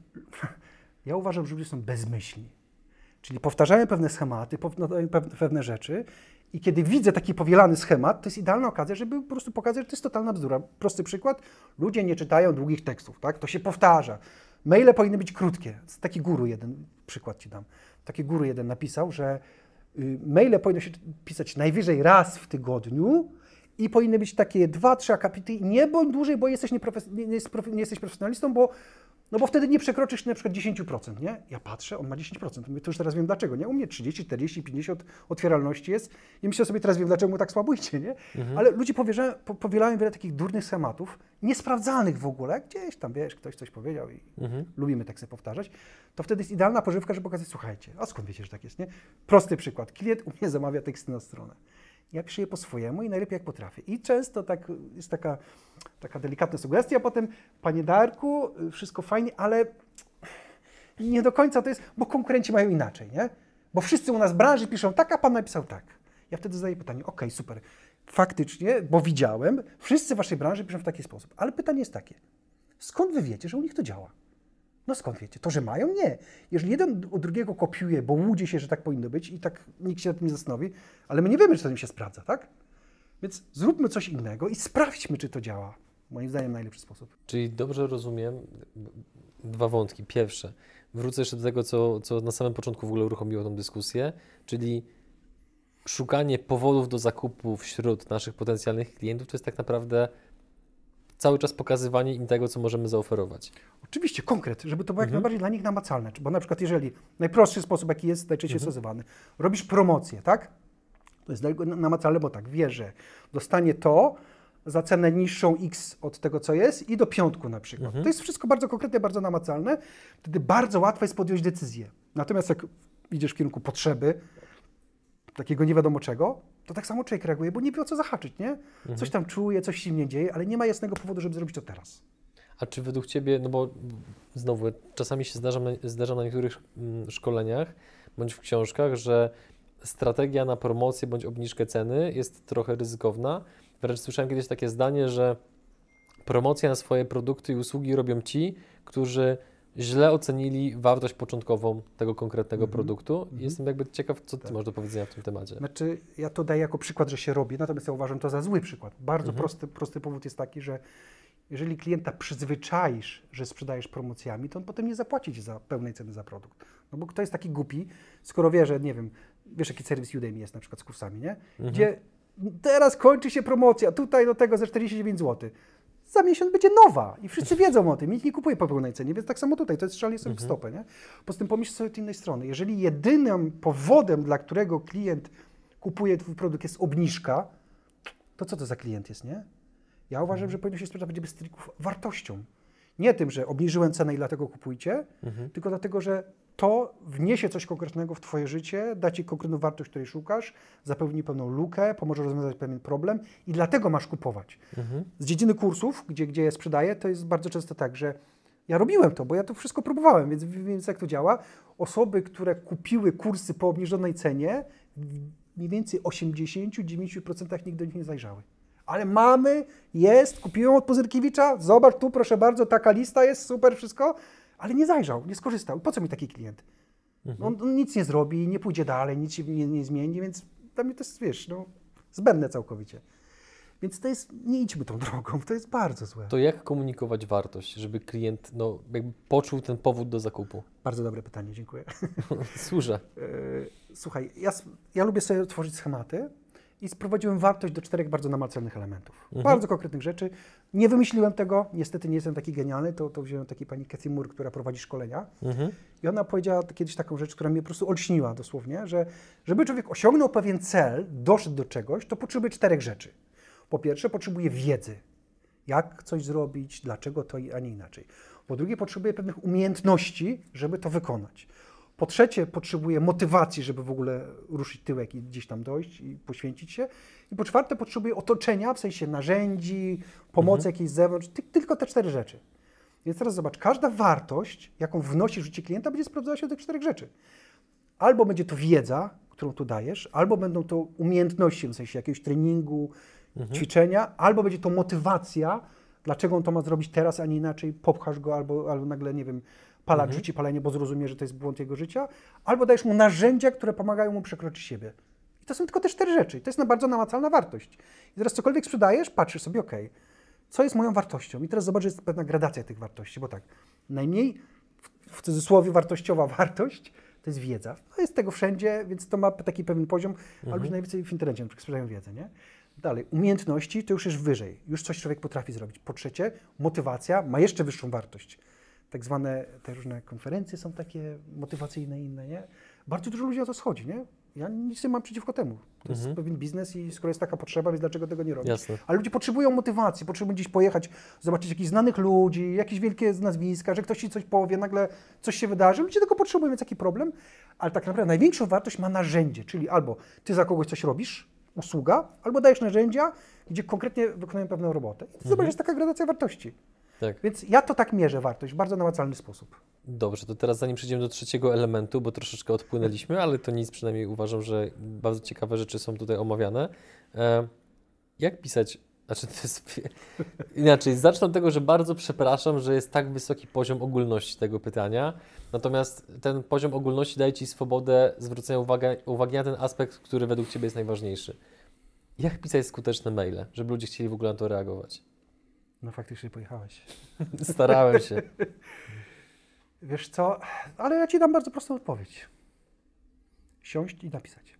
ja uważam, że ludzie są bezmyślni. Czyli powtarzają pewne schematy, powtarzają pewne, pewne rzeczy i kiedy widzę taki powielany schemat, to jest idealna okazja, żeby po prostu pokazać, że to jest totalna bzdura. Prosty przykład, ludzie nie czytają długich tekstów, tak? To się powtarza. Maile powinny być krótkie. Taki guru jeden, przykład ci dam. Taki guru jeden napisał, że y, maile powinno się pisać najwyżej raz w tygodniu i powinny być takie dwa, trzy akapity. Nie bądź dłużej, bo jesteś, nieprofes- nie, nie, jest profe- nie jesteś profesjonalistą, bo no bo wtedy nie przekroczysz na przykład dziesięć procent, nie? Ja patrzę, on ma dziesięć procent. Mówię, to już teraz wiem dlaczego, nie? U mnie trzydzieści, czterdzieści, pięćdziesiąt otwieralności jest i myślę sobie, teraz wiem dlaczego mu tak słabo idzie, nie? Mhm. Ale ludzie powierzają, po, powielają wiele takich durnych schematów, niesprawdzalnych w ogóle, gdzieś tam, wiesz, ktoś coś powiedział i Mhm. lubimy tak sobie powtarzać, to wtedy jest idealna pożywka, żeby pokazać, słuchajcie, a skąd wiecie, że tak jest, nie? Prosty przykład, klient u mnie zamawia teksty na stronę. Ja piszę je po swojemu i najlepiej jak potrafię. I często tak jest taka, taka delikatna sugestia, a potem, panie Darku, wszystko fajnie, ale nie do końca to jest, bo konkurenci mają inaczej, nie? Bo wszyscy u nas w branży piszą tak, a pan napisał tak. Ja wtedy zadaję pytanie, okej, super, faktycznie, bo widziałem, wszyscy w waszej branży piszą w taki sposób, ale pytanie jest takie, Skąd wy wiecie, że u nich to działa? No skąd wiecie? To, że mają? Nie. Jeżeli jeden od drugiego kopiuje, bo łudzi się, że tak powinno być i tak nikt się nad tym nie zastanowi, ale my nie wiemy, czy to im się sprawdza, tak? Więc zróbmy coś innego i sprawdźmy, czy to działa. Moim zdaniem najlepszy sposób. Czyli dobrze rozumiem dwa wątki. Pierwsze, wrócę jeszcze do tego, co, co na samym początku w ogóle uruchomiło tę dyskusję, czyli szukanie powodów do zakupu wśród naszych potencjalnych klientów to jest tak naprawdę cały czas pokazywanie im tego, co możemy zaoferować. Oczywiście, konkret, żeby to było jak Mhm. najbardziej dla nich namacalne. Bo na przykład jeżeli, najprostszy sposób, jaki jest najczęściej Mhm. stosowany, robisz promocję, tak? To jest dla niego namacalne, bo tak, wie, że dostanie to za cenę niższą X od tego, co jest i do piątku na przykład. Mhm. To jest wszystko bardzo konkretne, bardzo namacalne. Wtedy bardzo łatwo jest podjąć decyzję. Natomiast jak idziesz w kierunku potrzeby, takiego nie wiadomo czego, to tak samo człowiek reaguje, bo nie wie o co zahaczyć, nie? Mhm. Coś tam czuje, coś się nie dzieje, ale nie ma jasnego powodu, żeby zrobić to teraz. A czy według Ciebie, no bo znowu czasami się zdarza, zdarza na niektórych mm, szkoleniach bądź w książkach, że strategia na promocję bądź obniżkę ceny jest trochę ryzykowna. Wręcz słyszałem kiedyś takie zdanie, że promocje na swoje produkty i usługi robią ci, którzy źle ocenili wartość początkową tego konkretnego Mhm. produktu. Mhm. Jestem jakby ciekaw, co Ty Tak. masz do powiedzenia w tym temacie. Znaczy, ja to daję jako przykład, że się robi, natomiast ja uważam to za zły przykład. Bardzo Mhm. prosty, prosty powód jest taki, że jeżeli klienta przyzwyczaisz, że sprzedajesz promocjami, to on potem nie zapłaci ci za pełnej ceny za produkt. No bo kto jest taki głupi, skoro wie, że nie wiem, wiesz jaki serwis Udemy jest na przykład z kursami, nie? Mhm. Gdzie teraz kończy się promocja, tutaj do tego za czterdzieści dziewięć złotych. Za miesiąc będzie nowa i wszyscy wiedzą o tym, nikt nie kupuje po pełnej cenie, więc tak samo tutaj, to jest strzelanie sobie w Mhm. stopę, nie? Poza tym pomyśl sobie od innej strony, jeżeli jedynym powodem, dla którego klient kupuje twój produkt jest obniżka, to co to za klient jest, nie? Ja uważam, że powinno się sprzedawać bez trików wartością. Nie tym, że obniżyłem cenę i dlatego kupujcie, Mhm. tylko dlatego, że to wniesie coś konkretnego w twoje życie, da ci konkretną wartość, której szukasz, zapełni pewną lukę, pomoże rozwiązać pewien problem i dlatego masz kupować. Mhm. Z dziedziny kursów, gdzie, gdzie je sprzedaję, to jest bardzo często tak, że ja robiłem to, bo ja to wszystko próbowałem, więc więc jak to działa. Osoby, które kupiły kursy po obniżonej cenie, w mniej więcej osiemdziesiąt do dziewięćdziesięciu procent nigdy do nich nie zajrzały. Ale mamy, jest, kupiłem od Pozyrkiewicza, zobacz tu, proszę bardzo, taka lista jest, super, wszystko, ale nie zajrzał, nie skorzystał. Po co mi taki klient? No, on, on nic nie zrobi, nie pójdzie dalej, nic się nie, nie zmieni, więc dla mnie to jest, wiesz, no, zbędne całkowicie. Więc to jest, nie idźmy tą drogą, to jest bardzo złe. To jak komunikować wartość, żeby klient no, jakby poczuł ten powód do zakupu? Bardzo dobre pytanie, dziękuję. Służę. Yy, Słuchaj, ja, s- ja lubię sobie tworzyć schematy i sprowadziłem wartość do czterech bardzo namacalnych elementów. Mhm. Bardzo konkretnych rzeczy. Nie wymyśliłem tego, niestety nie jestem taki genialny, to, to wziąłem takiej pani Cathy Moore, która prowadzi szkolenia. Mhm. I ona powiedziała kiedyś taką rzecz, która mnie po prostu olśniła dosłownie, że żeby człowiek osiągnął pewien cel, doszedł do czegoś, to potrzebuje czterech rzeczy. Po pierwsze, potrzebuje wiedzy. Jak coś zrobić, dlaczego to, a nie inaczej. Po drugie, potrzebuje pewnych umiejętności, żeby to wykonać. Po trzecie, potrzebuje motywacji, żeby w ogóle ruszyć tyłek i gdzieś tam dojść i poświęcić się. I po czwarte, potrzebuje otoczenia, w sensie narzędzi, pomocy Mhm. jakiejś z zewnątrz, Ty, tylko te cztery rzeczy. Więc teraz zobacz, każda wartość, jaką wnosisz w życie klienta, będzie sprawdzała się do tych czterech rzeczy. Albo będzie to wiedza, którą tu dajesz, albo będą to umiejętności, w sensie jakiegoś treningu, Mhm. ćwiczenia, albo będzie to motywacja, dlaczego on to ma zrobić teraz, a nie inaczej, popchasz go, albo, albo nagle, nie wiem, palacz Mhm. rzuci palenie, bo zrozumie, że to jest błąd jego życia, albo dajesz mu narzędzia, które pomagają mu przekroczyć siebie. I to są tylko te cztery rzeczy. I to jest na bardzo namacalna wartość. I teraz cokolwiek sprzedajesz, patrzysz sobie, okej, co jest moją wartością? I teraz zobacz, że jest pewna gradacja tych wartości, bo tak, najmniej, w, w cudzysłowie, wartościowa wartość to jest wiedza. No jest tego wszędzie, więc to ma taki pewien poziom, ale już najwięcej w internecie, na przykład sprzedają wiedzę, nie? Dalej, umiejętności to już jest wyżej, już coś człowiek potrafi zrobić. Po trzecie, motywacja ma jeszcze wyższą wartość. Tak zwane, te różne konferencje są takie motywacyjne inne, nie? Bardzo dużo ludzi o to schodzi, nie? Ja nic nie mam przeciwko temu. To Mhm. jest pewien biznes i skoro jest taka potrzeba, więc dlaczego tego nie robić? Jasne. Ale ludzie potrzebują motywacji, potrzebują gdzieś pojechać, zobaczyć jakichś znanych ludzi, jakieś wielkie nazwiska, że ktoś ci coś powie, nagle coś się wydarzy. Ludzie tego potrzebują, więc jaki problem? Ale tak naprawdę największą wartość ma narzędzie, czyli albo ty za kogoś coś robisz, usługa, albo dajesz narzędzia, gdzie konkretnie wykonują pewną robotę. I to zobacz, jest taka gradacja wartości. Tak. Więc ja to tak mierzę wartość w bardzo namacalny sposób. Dobrze, to teraz zanim przejdziemy do trzeciego elementu, bo troszeczkę odpłynęliśmy, ale to nic, przynajmniej uważam, że bardzo ciekawe rzeczy są tutaj omawiane. E, jak pisać Znaczy, to jest... Inaczej, zacznę od tego, że bardzo przepraszam, że jest tak wysoki poziom ogólności tego pytania, natomiast ten poziom ogólności daje Ci swobodę zwrócenia uwagi, uwagi na ten aspekt, który według Ciebie jest najważniejszy. Jak pisać skuteczne maile, żeby ludzie chcieli w ogóle na to reagować? No faktycznie pojechałeś. Starałem się. Wiesz co, ale ja Ci dam bardzo prostą odpowiedź. Siąść i napisać.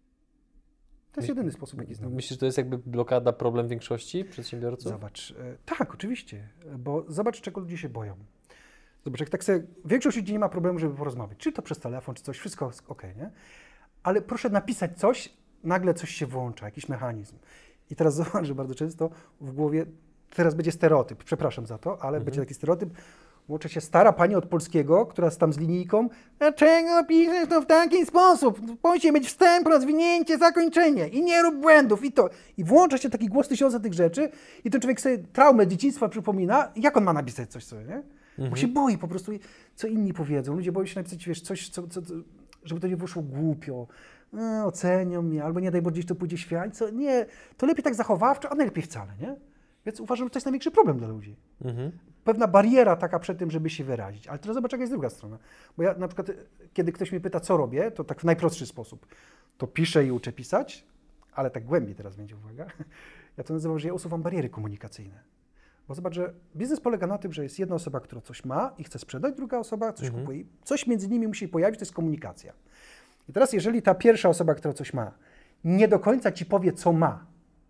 To jest jedyny sposób, jaki znam. Myślisz, że to jest jakby blokada, problem większości przedsiębiorców? Zobacz, e, tak, oczywiście, bo zobacz, czego ludzie się boją. Zobacz, jak tak sobie, większość ludzi nie ma problemu, żeby porozmawiać, czy to przez telefon, czy coś, wszystko jest ok, nie? Ale proszę napisać coś, nagle coś się włącza, jakiś mechanizm. I teraz zobacz, że bardzo często w głowie, teraz będzie stereotyp, przepraszam za to, ale mhm. będzie taki stereotyp, łączy się stara pani od polskiego, która jest tam z linijką. Dlaczego piszesz to w taki sposób? Musi być wstęp, rozwinięcie, zakończenie i nie rób błędów i to. I włącza się taki głos tysiąca tych rzeczy i ten człowiek sobie traumę dzieciństwa przypomina, jak on ma napisać coś sobie, nie? Mhm. Bo się boi po prostu, co inni powiedzą. Ludzie boją się napisać, wiesz, coś, co, co, żeby to nie wyszło głupio. No, ocenią mnie, albo nie daj Boże, gdzieś to pójdzie świat. Co? Nie, to lepiej tak zachowawczo, a najlepiej wcale, nie? Więc uważam, że to jest największy problem dla ludzi. Mhm. Pewna bariera taka przed tym, żeby się wyrazić. Ale teraz zobacz, jaka jest druga strona. Bo ja na przykład, kiedy ktoś mnie pyta, co robię, to tak w najprostszy sposób. To piszę i uczę pisać, ale tak głębiej teraz będzie uwaga. Ja to nazywam, że ja usuwam bariery komunikacyjne. Bo zobacz, że biznes polega na tym, że jest jedna osoba, która coś ma i chce sprzedać, druga osoba coś mhm. kupuje. Coś między nimi musi pojawić, to jest komunikacja. I teraz, jeżeli ta pierwsza osoba, która coś ma, nie do końca ci powie, co ma,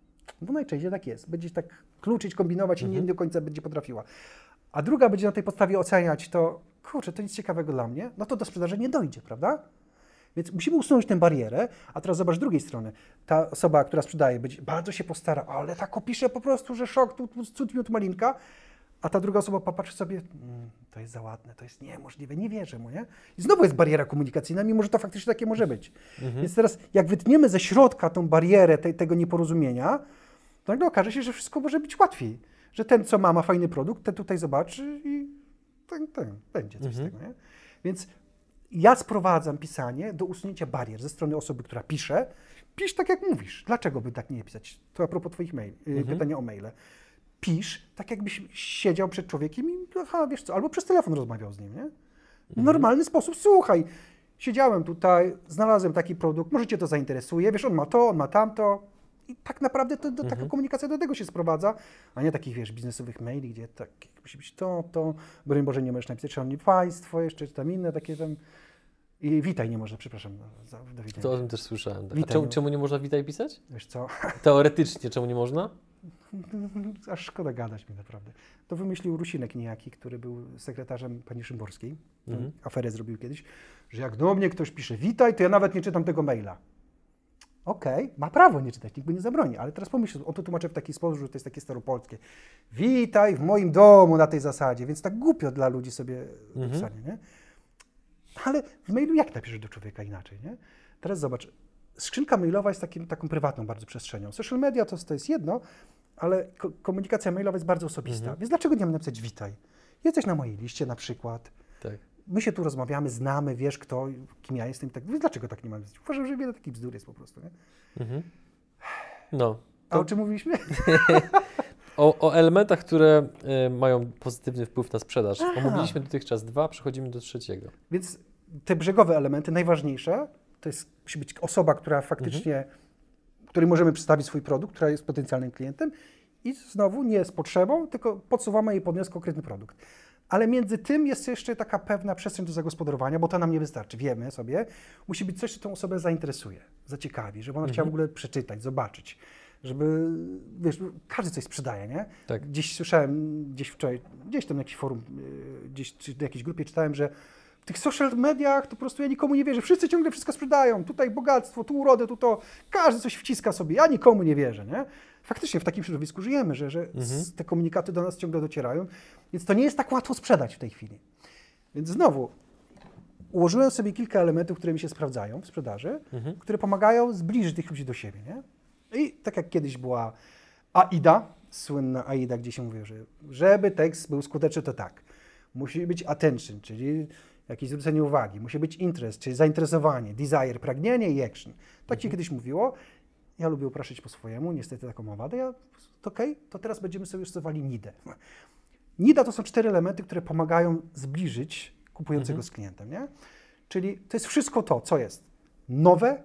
bo najczęściej tak jest, będzie tak kluczyć, kombinować mhm. i nie do końca będzie potrafiła. A druga będzie na tej podstawie oceniać to, kurczę, to nic ciekawego dla mnie, no to do sprzedaży nie dojdzie, prawda? Więc musimy usunąć tę barierę, a teraz zobacz z drugiej strony. Ta osoba, która sprzedaje, będzie bardzo się postara, ale tak opisze po prostu, że szok, tu, tu cud, miód, malinka, a ta druga osoba popatrzy sobie, mmm, to jest za ładne, to jest niemożliwe, nie wierzę mu, nie? I znowu jest bariera komunikacyjna, mimo że to faktycznie takie może być. Mhm. Więc teraz, jak wytniemy ze środka tą barierę te, tego nieporozumienia, to nagle okaże się, że wszystko może być łatwiej. Że ten, co ma, ma fajny produkt, ten tutaj zobaczy i ten, ten będzie coś mhm. z tego, nie? Więc ja sprowadzam pisanie do usunięcia barier ze strony osoby, która pisze. Pisz tak, jak mówisz. Dlaczego by tak nie pisać? To a propos twoich mail, mhm. pytania o maile. Pisz tak, jakbyś siedział przed człowiekiem i aha, wiesz co, albo przez telefon rozmawiał z nim, nie? W mhm. normalny sposób. Słuchaj, siedziałem tutaj, znalazłem taki produkt, może cię to zainteresuje, wiesz, on ma to, on ma tamto. I tak naprawdę to, to, taka mhm. komunikacja do tego się sprowadza, a nie takich, wiesz, biznesowych maili, gdzie tak musi być to, to, broń Boże, nie możesz napisać, szanowni państwo, jeszcze czy tam inne takie tam. I witaj nie można, przepraszam. Za, do widzenia. To o tym też słyszałem. Tak. Witaj, czemu, no. czemu nie można witaj pisać? Wiesz co? Teoretycznie czemu nie można? Aż szkoda gadać mi naprawdę. To wymyślił Rusinek niejaki, który był sekretarzem pani Szymborskiej. Mhm. Aferę zrobił kiedyś, że jak do mnie ktoś pisze witaj, to ja nawet nie czytam tego maila. Okej, okay, ma prawo nie czytać, nikt mu nie zabroni, ale teraz pomyśl, on to tłumaczy w taki sposób, że to jest takie staropolskie. Witaj w moim domu na tej zasadzie, więc tak głupio dla ludzi sobie mhm. pisanie, nie? Ale w mailu jak napiszesz do człowieka inaczej, nie? Teraz zobacz, skrzynka mailowa jest takim, taką prywatną bardzo przestrzenią. Social media to, to jest jedno, ale ko komunikacja mailowa jest bardzo osobista, mhm. więc dlaczego nie mam napisać witaj? Jesteś na mojej liście na przykład. Tak. My się tu rozmawiamy, znamy, wiesz kto, kim ja jestem i tak. Dlaczego tak nie mam? Uważam, że wiele takich bzdur jest po prostu, nie? Mhm. No. To... A o czym mówiliśmy? o, o elementach, które y, mają pozytywny wpływ na sprzedaż. Aha. Omówiliśmy dotychczas dwa, przechodzimy do trzeciego. Więc te brzegowe elementy, najważniejsze, to jest, musi być osoba, która faktycznie, mhm. której możemy przedstawić swój produkt, która jest potencjalnym klientem i znowu nie z potrzebą, tylko podsuwamy jej pod wniosek konkretny produkt. Ale między tym jest jeszcze taka pewna przestrzeń do zagospodarowania, bo to nam nie wystarczy. Wiemy sobie, musi być coś, co tę osobę zainteresuje, zaciekawi, żeby ona mhm. chciała w ogóle przeczytać, zobaczyć, żeby, wiesz, każdy coś sprzedaje, nie? Tak. Gdzieś słyszałem, gdzieś wczoraj, gdzieś tam na jakimś forum, gdzieś czy w jakiejś grupie czytałem, że w tych social mediach to po prostu ja nikomu nie wierzę, wszyscy ciągle wszystko sprzedają, tutaj bogactwo, tu urodę, tu to, każdy coś wciska sobie, ja nikomu nie wierzę, nie? Faktycznie w takim środowisku żyjemy, że, że mhm. te komunikaty do nas ciągle docierają, więc to nie jest tak łatwo sprzedać w tej chwili. Więc znowu, ułożyłem sobie kilka elementów, które mi się sprawdzają w sprzedaży, mhm. które pomagają zbliżyć tych ludzi do siebie, nie? I tak jak kiedyś była AIDA, słynna AIDA, gdzie się mówi, że żeby tekst był skuteczny, to tak, musi być attention, czyli jakieś zwrócenie uwagi, musi być interest, czyli zainteresowanie, desire, pragnienie i action. Tak mhm. się kiedyś mówiło. ja lubię upraszczać po swojemu, niestety taką mam wadę, ja, to okej, okay, to teraz będziemy sobie stosowali nidę. Nida to są cztery elementy, które pomagają zbliżyć kupującego mhm. z klientem, nie? Czyli to jest wszystko to, co jest nowe,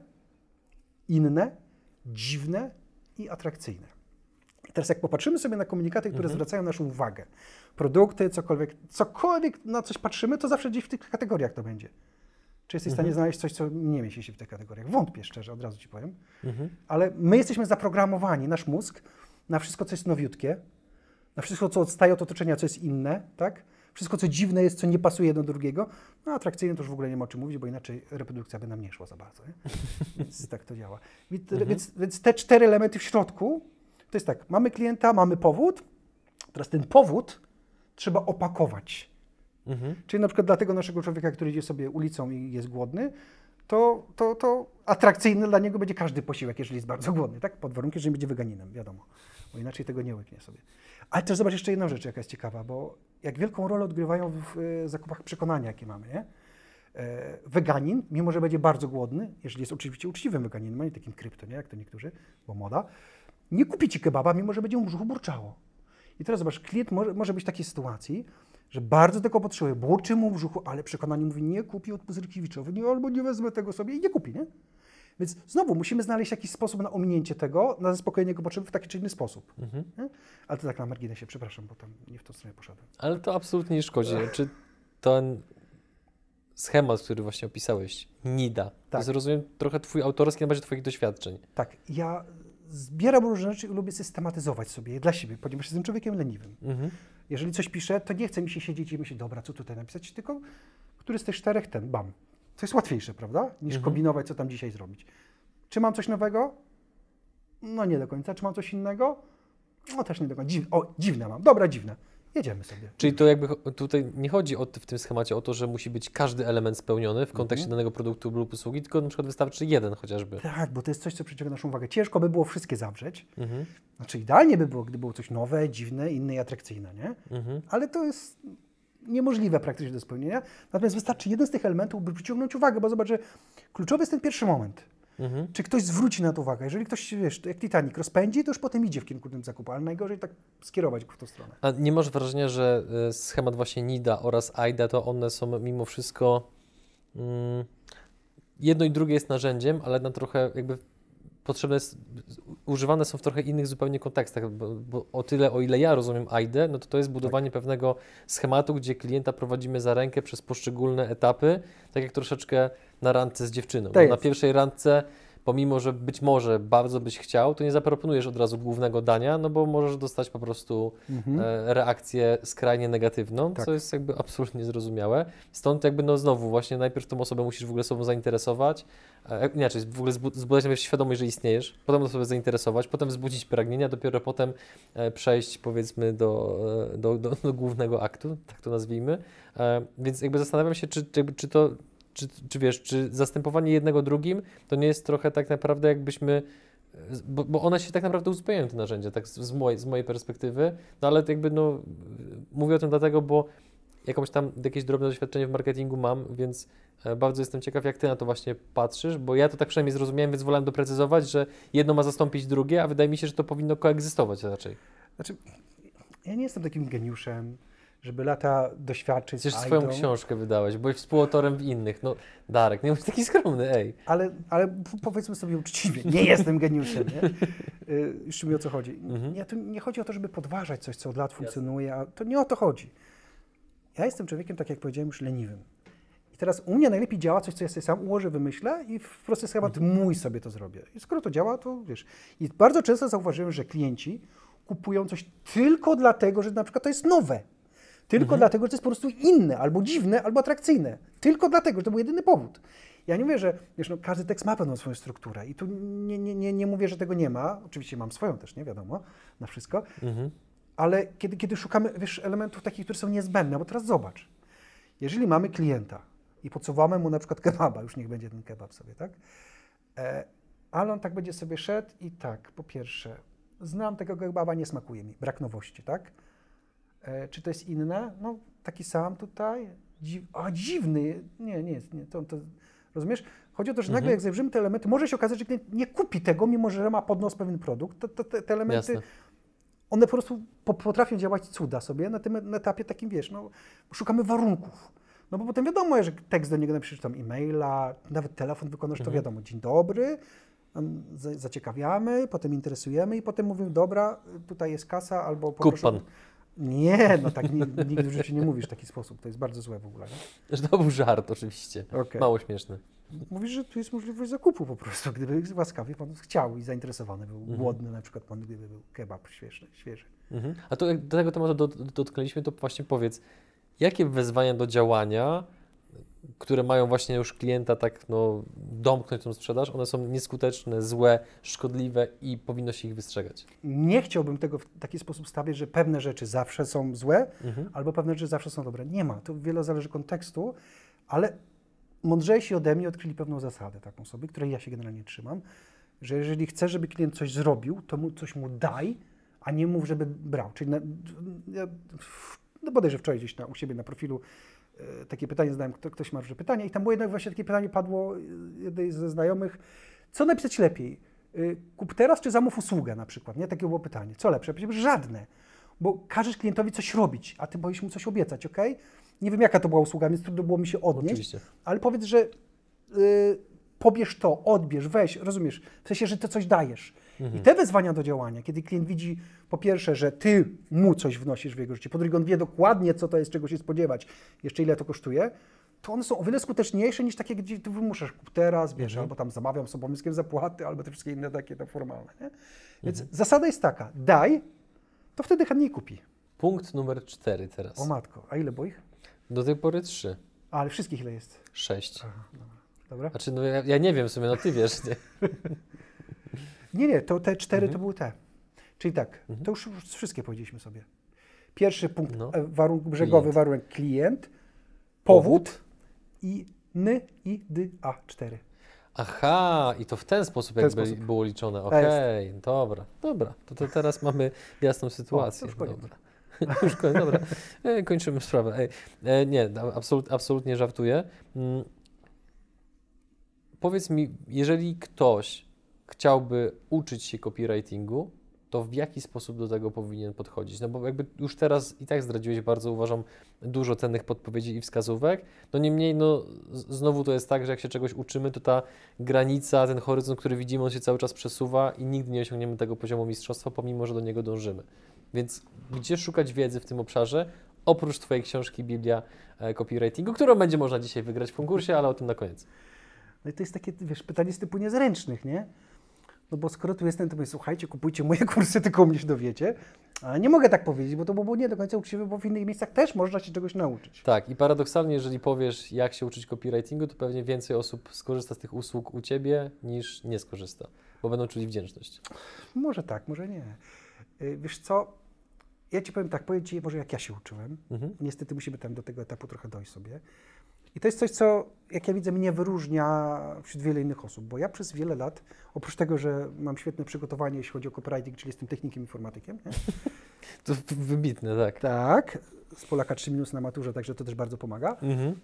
inne, dziwne i atrakcyjne. I teraz jak popatrzymy sobie na komunikaty, które mhm. zwracają naszą uwagę, produkty, cokolwiek, cokolwiek na coś patrzymy, to zawsze gdzieś w tych kategoriach to będzie. Czy jesteś w stanie mhm. znaleźć coś, co nie mieści się w tych kategoriach? Wątpię szczerze, od razu ci powiem. Mhm. Ale my jesteśmy zaprogramowani, nasz mózg, na wszystko, co jest nowiutkie, na wszystko, co odstaje od otoczenia, co jest inne, tak? Wszystko, co dziwne jest, co nie pasuje do drugiego. No atrakcyjne to już w ogóle nie ma o czym mówić, bo inaczej reprodukcja by nam nie szła za bardzo. Nie? Więc tak to działa. Więc, mhm. więc, więc te cztery elementy w środku, to jest tak, mamy klienta, mamy powód, teraz ten powód trzeba opakować. Mhm. Czyli na przykład dla tego naszego człowieka, który idzie sobie ulicą i jest głodny, to, to, to atrakcyjny dla niego będzie każdy posiłek, jeżeli jest bardzo głodny, tak? Pod warunkiem, że nie będzie weganinem, wiadomo, bo inaczej tego nie łyknie sobie. Ale też zobacz jeszcze jedną rzecz, jaka jest ciekawa, bo jak wielką rolę odgrywają w y, zakupach przekonania, jakie mamy, nie? E, weganin, mimo że będzie bardzo głodny, jeżeli jest oczywiście uczciwym weganinem, a nie takim krypto, nie? Jak to niektórzy, bo moda, nie kupi ci kebaba, mimo że będzie mu w brzuchu burczało. I teraz zobacz, klient może, może być w takiej sytuacji, że bardzo tego potrzebuje, burczy mu w brzuchu, ale przekonanie mówi, nie kupi od Puzyrkiewiczowy, nie, albo nie wezmę tego sobie i nie kupi, nie? Więc znowu musimy znaleźć jakiś sposób na ominięcie tego, na zaspokojenie jego potrzeby w taki czy inny sposób. Mhm. Nie? Ale to tak na marginesie, przepraszam, bo tam nie w tą stronę poszedłem. Ale to absolutnie nie szkodzi. Czy ten schemat, który właśnie opisałeś, nida, tak. to jest, rozumiem, trochę twój autorski na bazie twoich doświadczeń. Tak, ja zbieram różne rzeczy i lubię systematyzować sobie je dla siebie, ponieważ jestem człowiekiem leniwym. Mhm. Jeżeli coś piszę, to nie chce mi się siedzieć i myśleć, dobra, co tutaj napisać, tylko który z tych czterech, ten, bam. To jest łatwiejsze, prawda, niż mhm. kombinować, co tam dzisiaj zrobić. Czy mam coś nowego? No nie do końca. Czy mam coś innego? No też nie do końca. Dziw... O, dziwne mam. Dobra, dziwne. Jedziemy sobie. Czyli to jakby tutaj nie chodzi o, w tym schemacie o to, że musi być każdy element spełniony w kontekście mhm. danego produktu lub usługi, tylko na przykład wystarczy jeden chociażby. Tak, bo to jest coś, co przyciąga naszą uwagę. Ciężko by było wszystkie zawrzeć. Mhm. Znaczy idealnie by było, gdyby było coś nowe, dziwne, inne i atrakcyjne, nie? Mhm. Ale to jest niemożliwe praktycznie do spełnienia. Natomiast wystarczy jeden z tych elementów, by przyciągnąć uwagę, bo zobacz, że kluczowy jest ten pierwszy moment. Mhm. Czy ktoś zwróci na to uwagę? Jeżeli ktoś, wiesz, jak Titanic rozpędzi, to już potem idzie w kierunku tym zakupu, ale najgorzej tak skierować go w tą stronę. A nie masz wrażenia, że schemat właśnie nida oraz AIDA, to one są mimo wszystko mm, jedno i drugie jest narzędziem, ale na trochę jakby potrzebne jest, używane są w trochę innych zupełnie kontekstach, bo, bo o tyle, o ile ja rozumiem AIDę, no to to jest budowanie tak. pewnego schematu, gdzie klienta prowadzimy za rękę przez poszczególne etapy, tak jak troszeczkę na randce z dziewczyną. No, na pierwszej randce, pomimo że być może bardzo byś chciał, to nie zaproponujesz od razu głównego dania, no bo możesz dostać po prostu mhm. e, reakcję skrajnie negatywną, tak. co jest jakby absolutnie zrozumiałe. Stąd jakby no znowu właśnie najpierw tą osobę musisz w ogóle sobą zainteresować, e, inaczej w ogóle zbudować najpierw świadomość, że istniejesz, potem osobę zainteresować, potem wzbudzić pragnienia, dopiero potem e, przejść powiedzmy do, e, do, do, do głównego aktu, tak to nazwijmy. E, więc jakby zastanawiam się, czy, czy, czy to Czy, czy wiesz, czy zastępowanie jednego drugim to nie jest trochę tak naprawdę jakbyśmy, bo, bo one się tak naprawdę uzupełniają te narzędzia, tak z, z, mojej, z mojej perspektywy, no ale jakby no, mówię o tym dlatego, bo jakąś tam jakieś drobne doświadczenie w marketingu mam, więc bardzo jestem ciekaw, jak ty na to właśnie patrzysz, bo ja to tak przynajmniej zrozumiałem, więc wolałem doprecyzować, że jedno ma zastąpić drugie, a wydaje mi się, że to powinno koegzystować raczej. Znaczy, ja nie jestem takim geniuszem, żeby lata doświadczyć Przecież z swoją AIDą. książkę wydałeś, byłeś współautorem w innych. No Darek, nie bądź taki skromny, ej. Ale, ale powiedzmy sobie uczciwie, nie jestem geniuszem, nie? Yy, już mi o co chodzi. Mhm. Nie, to nie chodzi o to, żeby podważać coś, co od lat funkcjonuje, a to nie o to chodzi. Ja jestem człowiekiem, tak jak powiedziałem, już leniwym. I teraz u mnie najlepiej działa coś, co ja sobie sam ułożę, wymyślę i w prosty schemat mhm. mój sobie to zrobię. I skoro to działa, to wiesz. I bardzo często zauważyłem, że klienci kupują coś tylko dlatego, że na przykład to jest nowe. Tylko mhm. dlatego, że to jest po prostu inne, albo dziwne, albo atrakcyjne. Tylko dlatego, że to był jedyny powód. Ja nie mówię, że wiesz, no, każdy tekst ma pewną swoją strukturę i tu nie, nie, nie, nie mówię, że tego nie ma. Oczywiście mam swoją też, nie wiadomo, na wszystko. Mhm. Ale kiedy, kiedy szukamy wiesz, elementów takich, które są niezbędne, bo teraz zobacz. Jeżeli mamy klienta i podsuwamy mu na przykład kebaba, już niech będzie ten kebab sobie, tak? E, ale on tak będzie sobie szedł i tak, po pierwsze, znam tego kebaba, nie smakuje mi, brak nowości, tak? Czy to jest inne? No taki sam tutaj. Dziw... A dziwny. Nie, nie jest. Nie. To, to Rozumiesz? Chodzi o to, że Mhm. nagle jak zajrzymy te elementy, może się okazać, że klient nie kupi tego, mimo że ma pod nos pewien produkt. To, to, te, te elementy, Jasne. one po prostu po, potrafią działać cuda sobie na tym na etapie takim, wiesz, no, szukamy warunków. No bo potem wiadomo, że tekst do niego napiszesz tam e-maila, nawet telefon wykonasz, Mhm. to wiadomo, dzień dobry, tam za- zaciekawiamy, potem interesujemy i potem mówimy, dobra, tutaj jest kasa, albo Kup poproszę... pan. Nie, no tak ni- nigdy w życiu nie mówisz w taki sposób, to jest bardzo złe w ogóle. Nie? Że to był żart oczywiście. Okej. Mało śmieszny. Mówisz, że tu jest możliwość zakupu po prostu, gdyby łaskawie pan chciał i zainteresowany był, Mhm. głodny na przykład pan, gdyby był kebab świeży. świeży. Mhm. A to jak do tego tematu do- do- dotknęliśmy, to właśnie powiedz, jakie wezwania do działania, które mają właśnie już klienta tak no, domknąć tą sprzedaż, one są nieskuteczne, złe, szkodliwe i powinno się ich wystrzegać? Nie chciałbym tego w taki sposób stawiać, że pewne rzeczy zawsze są złe, Mhm. albo pewne rzeczy zawsze są dobre. Nie ma, to wiele zależy kontekstu, ale mądrzejsi ode mnie odkryli pewną zasadę taką sobie, której ja się generalnie trzymam, że jeżeli chcesz, żeby klient coś zrobił, to mu coś mu daj, a nie mów, żeby brał. Czyli na, ja, no bodajże wczoraj gdzieś na, u siebie na profilu e, takie pytanie zadałem, kto, ktoś ma różne pytania i tam było jednak właśnie takie pytanie padło e, jednej ze znajomych, co napisać lepiej? E, kup teraz czy zamów usługę na przykład, nie? Takie było pytanie. Co lepsze? Ja powiedziałem, żadne, bo każesz klientowi coś robić, a ty boisz mu coś obiecać, ok? Nie wiem, jaka to była usługa, więc trudno było mi się odnieść, Oczywiście. ale powiedz, że y, pobierz to, odbierz, weź, rozumiesz, w sensie, że ty coś dajesz. Mhm. I te wezwania do działania, kiedy klient widzi po pierwsze, że ty mu coś wnosisz w jego życie, po drugie on wie dokładnie, co to jest, czego się spodziewać, jeszcze ile to kosztuje, to one są o wiele skuteczniejsze niż takie, gdzie ty wymuszasz kup teraz, wiesz, Mhm. albo tam zamawiam z obowiązkiem zapłaty, albo te wszystkie inne takie tam formalne. Nie? Więc Mhm. zasada jest taka, daj, to wtedy chętniej kupi. Punkt numer cztery teraz. O matko, a ile było ich? Do tej pory trzy. Ale wszystkich ile jest? Sześć. Aha, dobra. Dobra. Znaczy, no ja, ja nie wiem w sumie, no ty wiesz, nie? Nie, nie, to te cztery Mhm. to były te. Czyli tak, Mhm. to już, już wszystkie powiedzieliśmy sobie. Pierwszy punkt, No. e, warunek brzegowy, Klient. warunek klient, powód, Powód. i n, i, d, a, cztery. Aha, i to w ten sposób ten jakby sposób. było liczone. jest. Okej, dobra, dobra. To, to teraz mamy jasną sytuację. już koniec. Dobra. Już koniec, dobra. E, kończymy sprawę. Ej, e, nie, absolut, absolutnie żartuję. Mm. Powiedz mi, jeżeli ktoś chciałby uczyć się copywritingu, to w jaki sposób do tego powinien podchodzić? No bo jakby już teraz i tak zdradziłeś bardzo, uważam, dużo cennych podpowiedzi i wskazówek. No niemniej, no z- znowu to jest tak, że jak się czegoś uczymy, to ta granica, ten horyzont, który widzimy, on się cały czas przesuwa i nigdy nie osiągniemy tego poziomu mistrzostwa, pomimo, że do niego dążymy. Więc gdzie szukać wiedzy w tym obszarze, oprócz Twojej książki Biblia e, Copywritingu, którą będzie można dzisiaj wygrać w konkursie, ale o tym na koniec. No i to jest takie, wiesz, pytanie z typu niezręcznych, nie? No bo skoro tu jestem, to mówię, słuchajcie, kupujcie moje kursy, tylko u mnie się dowiecie. Ale nie mogę tak powiedzieć, bo to by było nie do końca uczciwe, bo w innych miejscach też można się czegoś nauczyć. Tak, i paradoksalnie, jeżeli powiesz, jak się uczyć copywritingu, to pewnie więcej osób skorzysta z tych usług u Ciebie, niż nie skorzysta, bo będą czuli wdzięczność. Może tak, może nie. Y, Wiesz co, ja Ci powiem tak, powiem Ci może jak ja się uczyłem. Mhm. Niestety musimy tam do tego etapu trochę dojść sobie. I to jest coś, co, jak ja widzę, mnie wyróżnia wśród wielu innych osób, bo ja przez wiele lat, oprócz tego, że mam świetne przygotowanie, jeśli chodzi o copywriting, czyli jestem technikiem informatykiem, nie? To w- wybitne, tak. Tak, z Polaka trzy minusy na maturze, także to też bardzo pomaga. Mhm.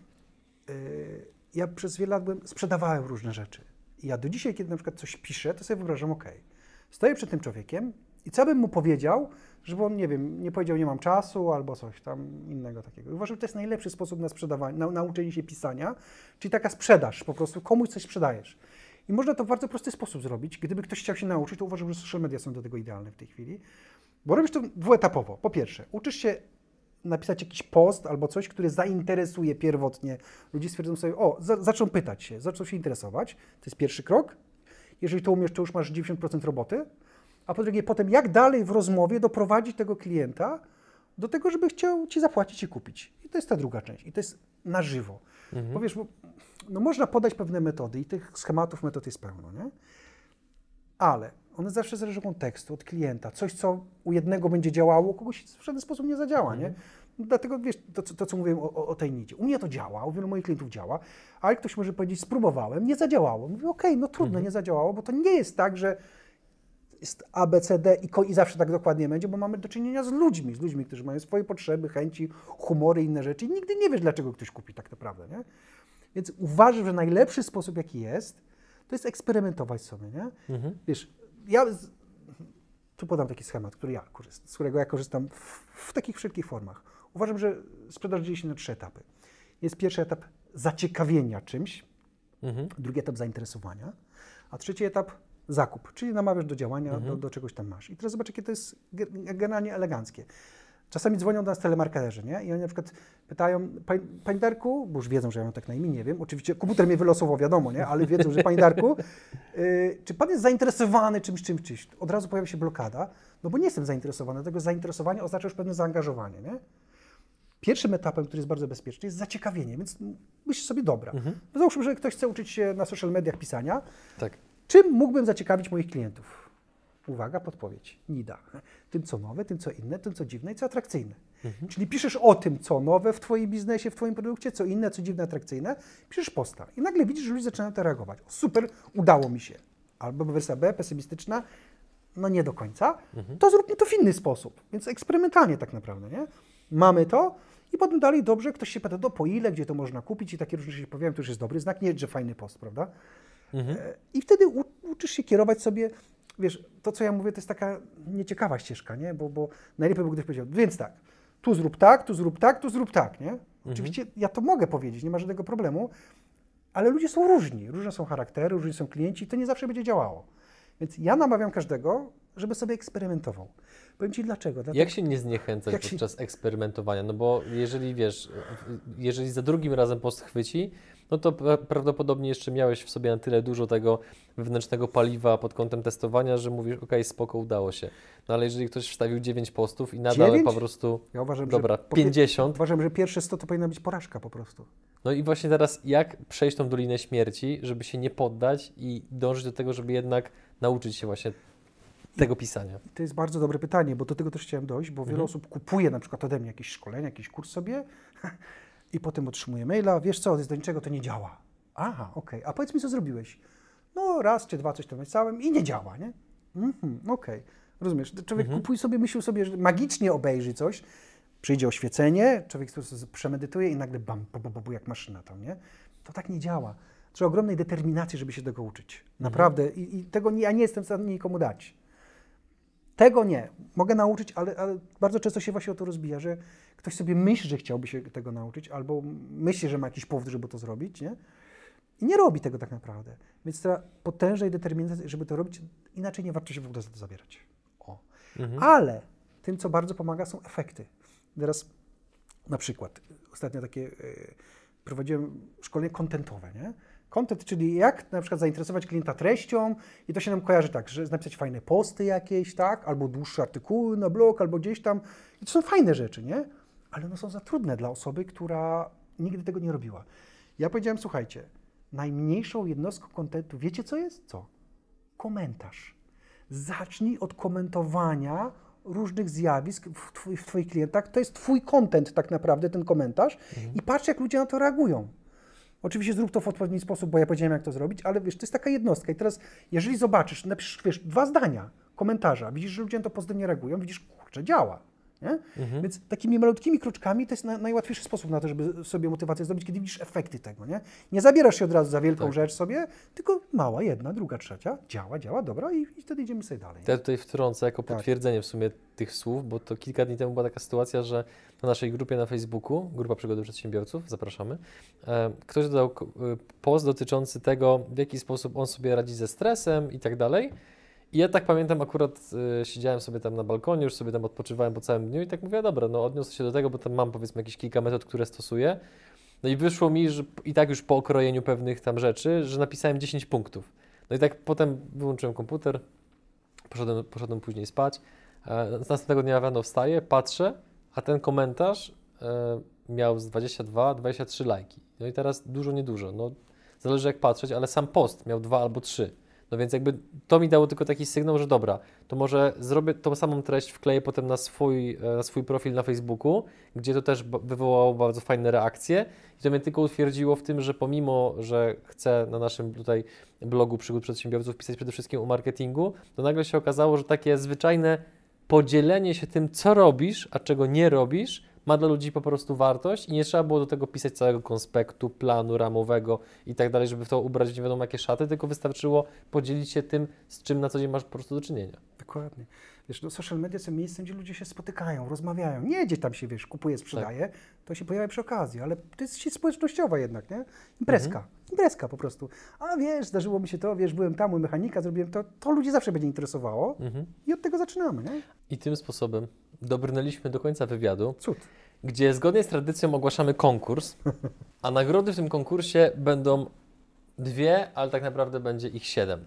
Yy, Ja przez wiele lat byłem, sprzedawałem różne rzeczy. I ja do dzisiaj, kiedy na przykład coś piszę, to sobie wyobrażam, ok, stoję przed tym człowiekiem i co bym mu powiedział, żeby on, nie wiem, nie powiedział, nie mam czasu albo coś tam innego takiego. I uważam, że to jest najlepszy sposób na sprzedawanie, na nauczenie się pisania, czyli taka sprzedaż, po prostu komuś coś sprzedajesz. I można to w bardzo prosty sposób zrobić. Gdyby ktoś chciał się nauczyć, to uważam, że social media są do tego idealne w tej chwili, bo robisz to dwuetapowo. Po pierwsze, uczysz się napisać jakiś post albo coś, który zainteresuje pierwotnie. Ludzie stwierdzą sobie, o, za, zaczną pytać się, zaczną się interesować. To jest pierwszy krok. Jeżeli to umiesz, to już masz dziewięćdziesiąt procent roboty. A po drugie, potem jak dalej w rozmowie doprowadzić tego klienta do tego, żeby chciał Ci zapłacić i kupić. I to jest ta druga część. I to jest na żywo. Mhm. Bo wiesz, bo, no można podać pewne metody i tych schematów metod jest pełno, nie? Ale one zawsze zależą od kontekstu, od klienta. Coś, co u jednego będzie działało, u kogoś w żaden sposób nie zadziała, nie? Dlatego, wiesz, to, co- to co mówiłem o, o, o tej nicie. U mnie to działa, u wielu moich klientów działa, ale ktoś może powiedzieć, spróbowałem, nie zadziałało. Mówię, okej, no trudno, nie zadziałało, bo to nie jest tak, że jest A, B, C, D i, ko- i zawsze tak dokładnie będzie, bo mamy do czynienia z ludźmi, z ludźmi, którzy mają swoje potrzeby, chęci, humory i inne rzeczy i nigdy nie wiesz, dlaczego ktoś kupi tak naprawdę, nie? Więc uważam, że najlepszy sposób, jaki jest, to jest eksperymentować sobie, nie? Mhm. Wiesz, ja z, tu podam taki schemat, który ja korzystam, z którego ja korzystam w, w takich wszelkich formach. Uważam, że sprzedaż dzieje się na trzy etapy. Jest pierwszy etap zaciekawienia czymś, Mhm. drugi etap zainteresowania, a trzeci etap zakup, czyli namawiasz do działania, Mhm. do, do czegoś tam masz. I teraz zobacz, jakie to jest ge- generalnie eleganckie. Czasami dzwonią do nas telemarketerzy, nie? I oni na przykład pytają, Panie Darku, bo już wiedzą, że ja mam tak na imię, nie wiem, oczywiście komputer mnie wylosował, wiadomo, nie? Ale wiedzą, że Panie Darku, yy, czy Pan jest zainteresowany czymś, czymś, czymś? Od razu pojawia się blokada, no bo nie jestem zainteresowany, dlatego zainteresowanie oznacza już pewne zaangażowanie, nie? Pierwszym etapem, który jest bardzo bezpieczny, jest zaciekawienie, więc myśl sobie, dobra, Mhm. załóżmy, że ktoś chce uczyć się na social mediach pisania, Tak. czym mógłbym zaciekawić moich klientów? Uwaga, podpowiedź. Nida. Tym, co nowe, tym, co inne, tym, co dziwne i co atrakcyjne. Mhm. Czyli piszesz o tym, co nowe w Twoim biznesie, w Twoim produkcie, co inne, co dziwne, atrakcyjne, piszesz posta i nagle widzisz, że ludzie zaczynają to reagować. O, super, udało mi się. Albo wersja B, pesymistyczna, no nie do końca. Mhm. To zróbmy to w inny sposób. Więc eksperymentalnie tak naprawdę, nie? Mamy to i potem dalej dobrze, ktoś się pyta, do po ile, gdzie to można kupić i takie różne rzeczy powiem, to już jest dobry znak, nie, że fajny post, prawda? Mhm. I wtedy u, uczysz się kierować sobie, wiesz, to co ja mówię, to jest taka nieciekawa ścieżka, nie? Bo, bo najlepiej by ktoś powiedział, więc tak, tu zrób tak, tu zrób tak, tu zrób tak, nie? Oczywiście ja to mogę powiedzieć, nie ma żadnego problemu, ale ludzie są różni, różne są charaktery, różni są klienci i to nie zawsze będzie działało. Więc ja namawiam każdego, żeby sobie eksperymentował. Powiem Ci dlaczego. Dlatego, Jak się nie zniechęcać Jak się- podczas eksperymentowania? No bo jeżeli wiesz, jeżeli za drugim razem post chwyci, no to pra- prawdopodobnie jeszcze miałeś w sobie na tyle dużo tego wewnętrznego paliwa pod kątem testowania, że mówisz, okej, spoko, udało się. No ale jeżeli ktoś wstawił dziewięć postów i nadal Dziewięć? po prostu, Ja uważam, dobra, że po pie- pięćdziesiąt, Uważam, że pierwsze sto to powinna być porażka po prostu. no i właśnie teraz jak przejść tą dolinę śmierci, żeby się nie poddać i dążyć do tego, żeby jednak nauczyć się właśnie tego pisania? I to jest bardzo dobre pytanie, bo do tego też chciałem dojść, bo wiele Mhm. osób kupuje na przykład ode mnie jakieś szkolenie, jakiś kurs sobie i potem otrzymuje maila, wiesz co, to jest do niczego, to nie działa. Aha, okej, a powiedz mi, co zrobiłeś? No raz czy dwa coś tam napisałem i nie działa, nie? Mhm, okej, rozumiesz, człowiek Mhm. kupuje sobie, myśli sobie, że magicznie obejrzy coś, przyjdzie oświecenie, człowiek po prostu przemedytuje i nagle bam, bu, bu, bu, bu, jak maszyna tam, nie? To tak nie działa. Trzeba ogromnej determinacji, żeby się tego uczyć. Naprawdę. I, i tego nie, ja nie jestem w stanie nikomu dać. Tego nie. Mogę nauczyć, ale, ale bardzo często się właśnie o to rozbija, że ktoś sobie myśli, że chciałby się tego nauczyć, albo myśli, że ma jakiś powód, żeby to zrobić, nie? I nie robi tego tak naprawdę. Więc trzeba potężnej determinacji, żeby to robić, inaczej nie warto się w ogóle za to zabierać. O. Mhm. Ale tym, co bardzo pomaga, są efekty. Teraz na przykład, ostatnio takie, y, prowadziłem szkolenie kontentowe, nie? Content, czyli jak na przykład zainteresować klienta treścią i to się nam kojarzy tak, że napisać fajne posty jakieś, tak? Albo dłuższe artykuły na blog, albo gdzieś tam. I to są fajne rzeczy, nie? Ale one są za trudne dla osoby, która nigdy tego nie robiła. Ja powiedziałem, słuchajcie, najmniejszą jednostką kontentu, wiecie co jest? Co? Komentarz. Zacznij od komentowania różnych zjawisk w, twój, w Twoich klientach. To jest Twój content tak naprawdę, ten komentarz Mhm. i patrz, jak ludzie na to reagują. Oczywiście zrób to w odpowiedni sposób, bo ja powiedziałem, jak to zrobić, ale wiesz, to jest taka jednostka i teraz, jeżeli zobaczysz, napisz, wiesz, dwa zdania komentarza, widzisz, że ludzie na to pozytywnie reagują, widzisz, kurczę, działa. Nie? Mhm. Więc takimi malutkimi kroczkami to jest na, najłatwiejszy sposób na to, żeby sobie motywację zrobić, kiedy widzisz efekty tego, nie? Nie zabierasz się od razu za wielką Tak. rzecz sobie, tylko mała, jedna, druga, trzecia, działa, działa, dobra i, i wtedy idziemy sobie dalej. To ja tutaj wtrącę jako Tak. potwierdzenie w sumie tych słów, bo to kilka dni temu była taka sytuacja, że na naszej grupie na Facebooku, Grupa Przygody Przedsiębiorców, zapraszamy, e, ktoś dodał k- e, post dotyczący tego, w jaki sposób on sobie radzi ze stresem i tak dalej. I ja tak pamiętam, akurat e, siedziałem sobie tam na balkonie, już sobie tam odpoczywałem po całym dniu i tak mówię, dobra, no odniosę się do tego, bo tam mam powiedzmy jakieś kilka metod, które stosuję. No i wyszło mi, że p- i tak już po okrojeniu pewnych tam rzeczy, że napisałem dziesięć punktów. No i tak potem wyłączyłem komputer, poszedłem, poszedłem później spać. E, Następnego dnia rano wstaję, patrzę, a ten komentarz e, miał z dwadzieścia dwa, dwadzieścia trzy lajki. No i teraz dużo, niedużo. No, zależy jak patrzeć, ale sam post miał dwa albo trzy. No więc jakby to mi dało tylko taki sygnał, że dobra, to może zrobię tą samą treść, wkleję potem na swój, e, na swój profil na Facebooku, gdzie to też b- wywołało bardzo fajne reakcje i to mnie tylko utwierdziło w tym, że pomimo, że chcę na naszym tutaj blogu Przygód Przedsiębiorców pisać przede wszystkim o marketingu, to nagle się okazało, że takie zwyczajne podzielenie się tym, co robisz, a czego nie robisz, ma dla ludzi po prostu wartość i nie trzeba było do tego pisać całego konspektu, planu ramowego i tak dalej, żeby w to ubrać nie wiadomo jakie szaty, tylko wystarczyło podzielić się tym, z czym na co dzień masz po prostu do czynienia. Dokładnie. Wiesz, no social media są miejscem, gdzie ludzie się spotykają, rozmawiają. Nie gdzieś tam się, wiesz, kupuje, sprzedaje, tak. To się pojawia przy okazji, ale to jest sieć społecznościowa jednak, nie? Imprezka. Mhm. Imprezka po prostu. A wiesz, zdarzyło mi się to, wiesz, byłem tam u mechanika, zrobiłem to, to ludzi zawsze będzie interesowało mhm. i od tego zaczynamy, nie? I tym sposobem dobrnęliśmy do końca wywiadu. Cud. Gdzie zgodnie z tradycją ogłaszamy konkurs, a nagrody w tym konkursie będą dwie, ale tak naprawdę będzie ich siedem.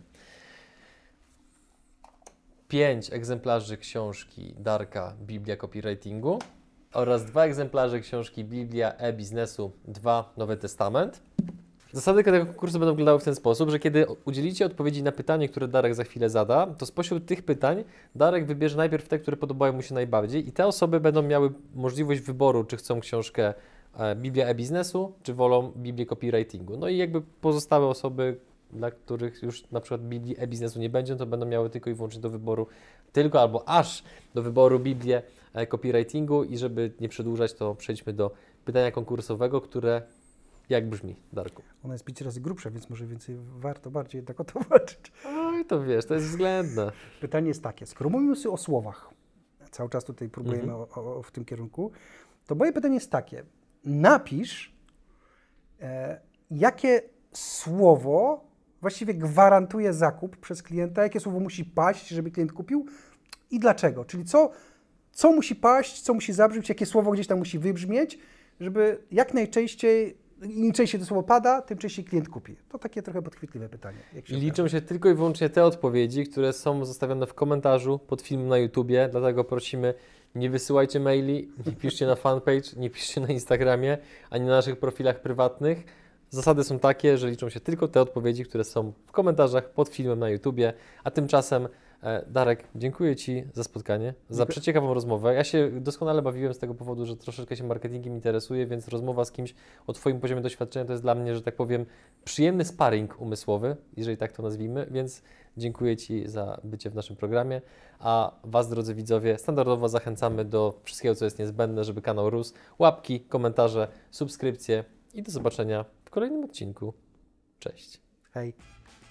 Pięć egzemplarzy książki Darka Biblia Copywritingu oraz dwa egzemplarze książki Biblia e-biznesu dwa Nowy Testament. Zasady tego konkursu będą wyglądały w ten sposób, że kiedy udzielicie odpowiedzi na pytanie, które Darek za chwilę zada, to spośród tych pytań Darek wybierze najpierw te, które podobają mu się najbardziej i te osoby będą miały możliwość wyboru, czy chcą książkę e, Biblia e-biznesu, czy wolą Biblię copywritingu. No i jakby pozostałe osoby, dla których już na przykład Biblii e-biznesu nie będzie, to będą miały tylko i wyłącznie do wyboru, tylko albo aż do wyboru Biblię e, copywritingu i żeby nie przedłużać, to przejdźmy do pytania konkursowego, które jak brzmi, Darku? Ona jest pięć razy grubsza, więc może więcej warto bardziej jednak o to walczyć. Oj, to wiesz, to jest względne. Pytanie jest takie, skoro mówimy sobie o słowach, cały czas tutaj próbujemy Mhm. o, o, w tym kierunku, to moje pytanie jest takie, napisz, e, jakie słowo właściwie gwarantuje zakup przez klienta, jakie słowo musi paść, żeby klient kupił i dlaczego, czyli co, co musi paść, co musi zabrzmieć, jakie słowo gdzieś tam musi wybrzmieć, żeby jak najczęściej, im częściej to słowo pada, tym częściej klient kupi. To takie trochę podchwytliwe pytanie. Jak się I liczą się tylko i wyłącznie te odpowiedzi, które są zostawione w komentarzu pod filmem na YouTubie, dlatego prosimy, nie wysyłajcie maili, nie piszcie na fanpage, nie piszcie na Instagramie, ani na naszych profilach prywatnych. Zasady są takie, że liczą się tylko te odpowiedzi, które są w komentarzach pod filmem na YouTubie, a tymczasem e, Darek, dziękuję Ci za spotkanie, za przeciekawą rozmowę. Ja się doskonale bawiłem z tego powodu, że troszeczkę się marketingiem interesuję, więc rozmowa z kimś o Twoim poziomie doświadczenia to jest dla mnie, że tak powiem, przyjemny sparring umysłowy, jeżeli tak to nazwijmy, więc dziękuję Ci za bycie w naszym programie, a Was, drodzy widzowie, standardowo zachęcamy do wszystkiego, co jest niezbędne, żeby kanał rósł. Łapki, komentarze, subskrypcje i do zobaczenia w kolejnym odcinku. Cześć. Hej.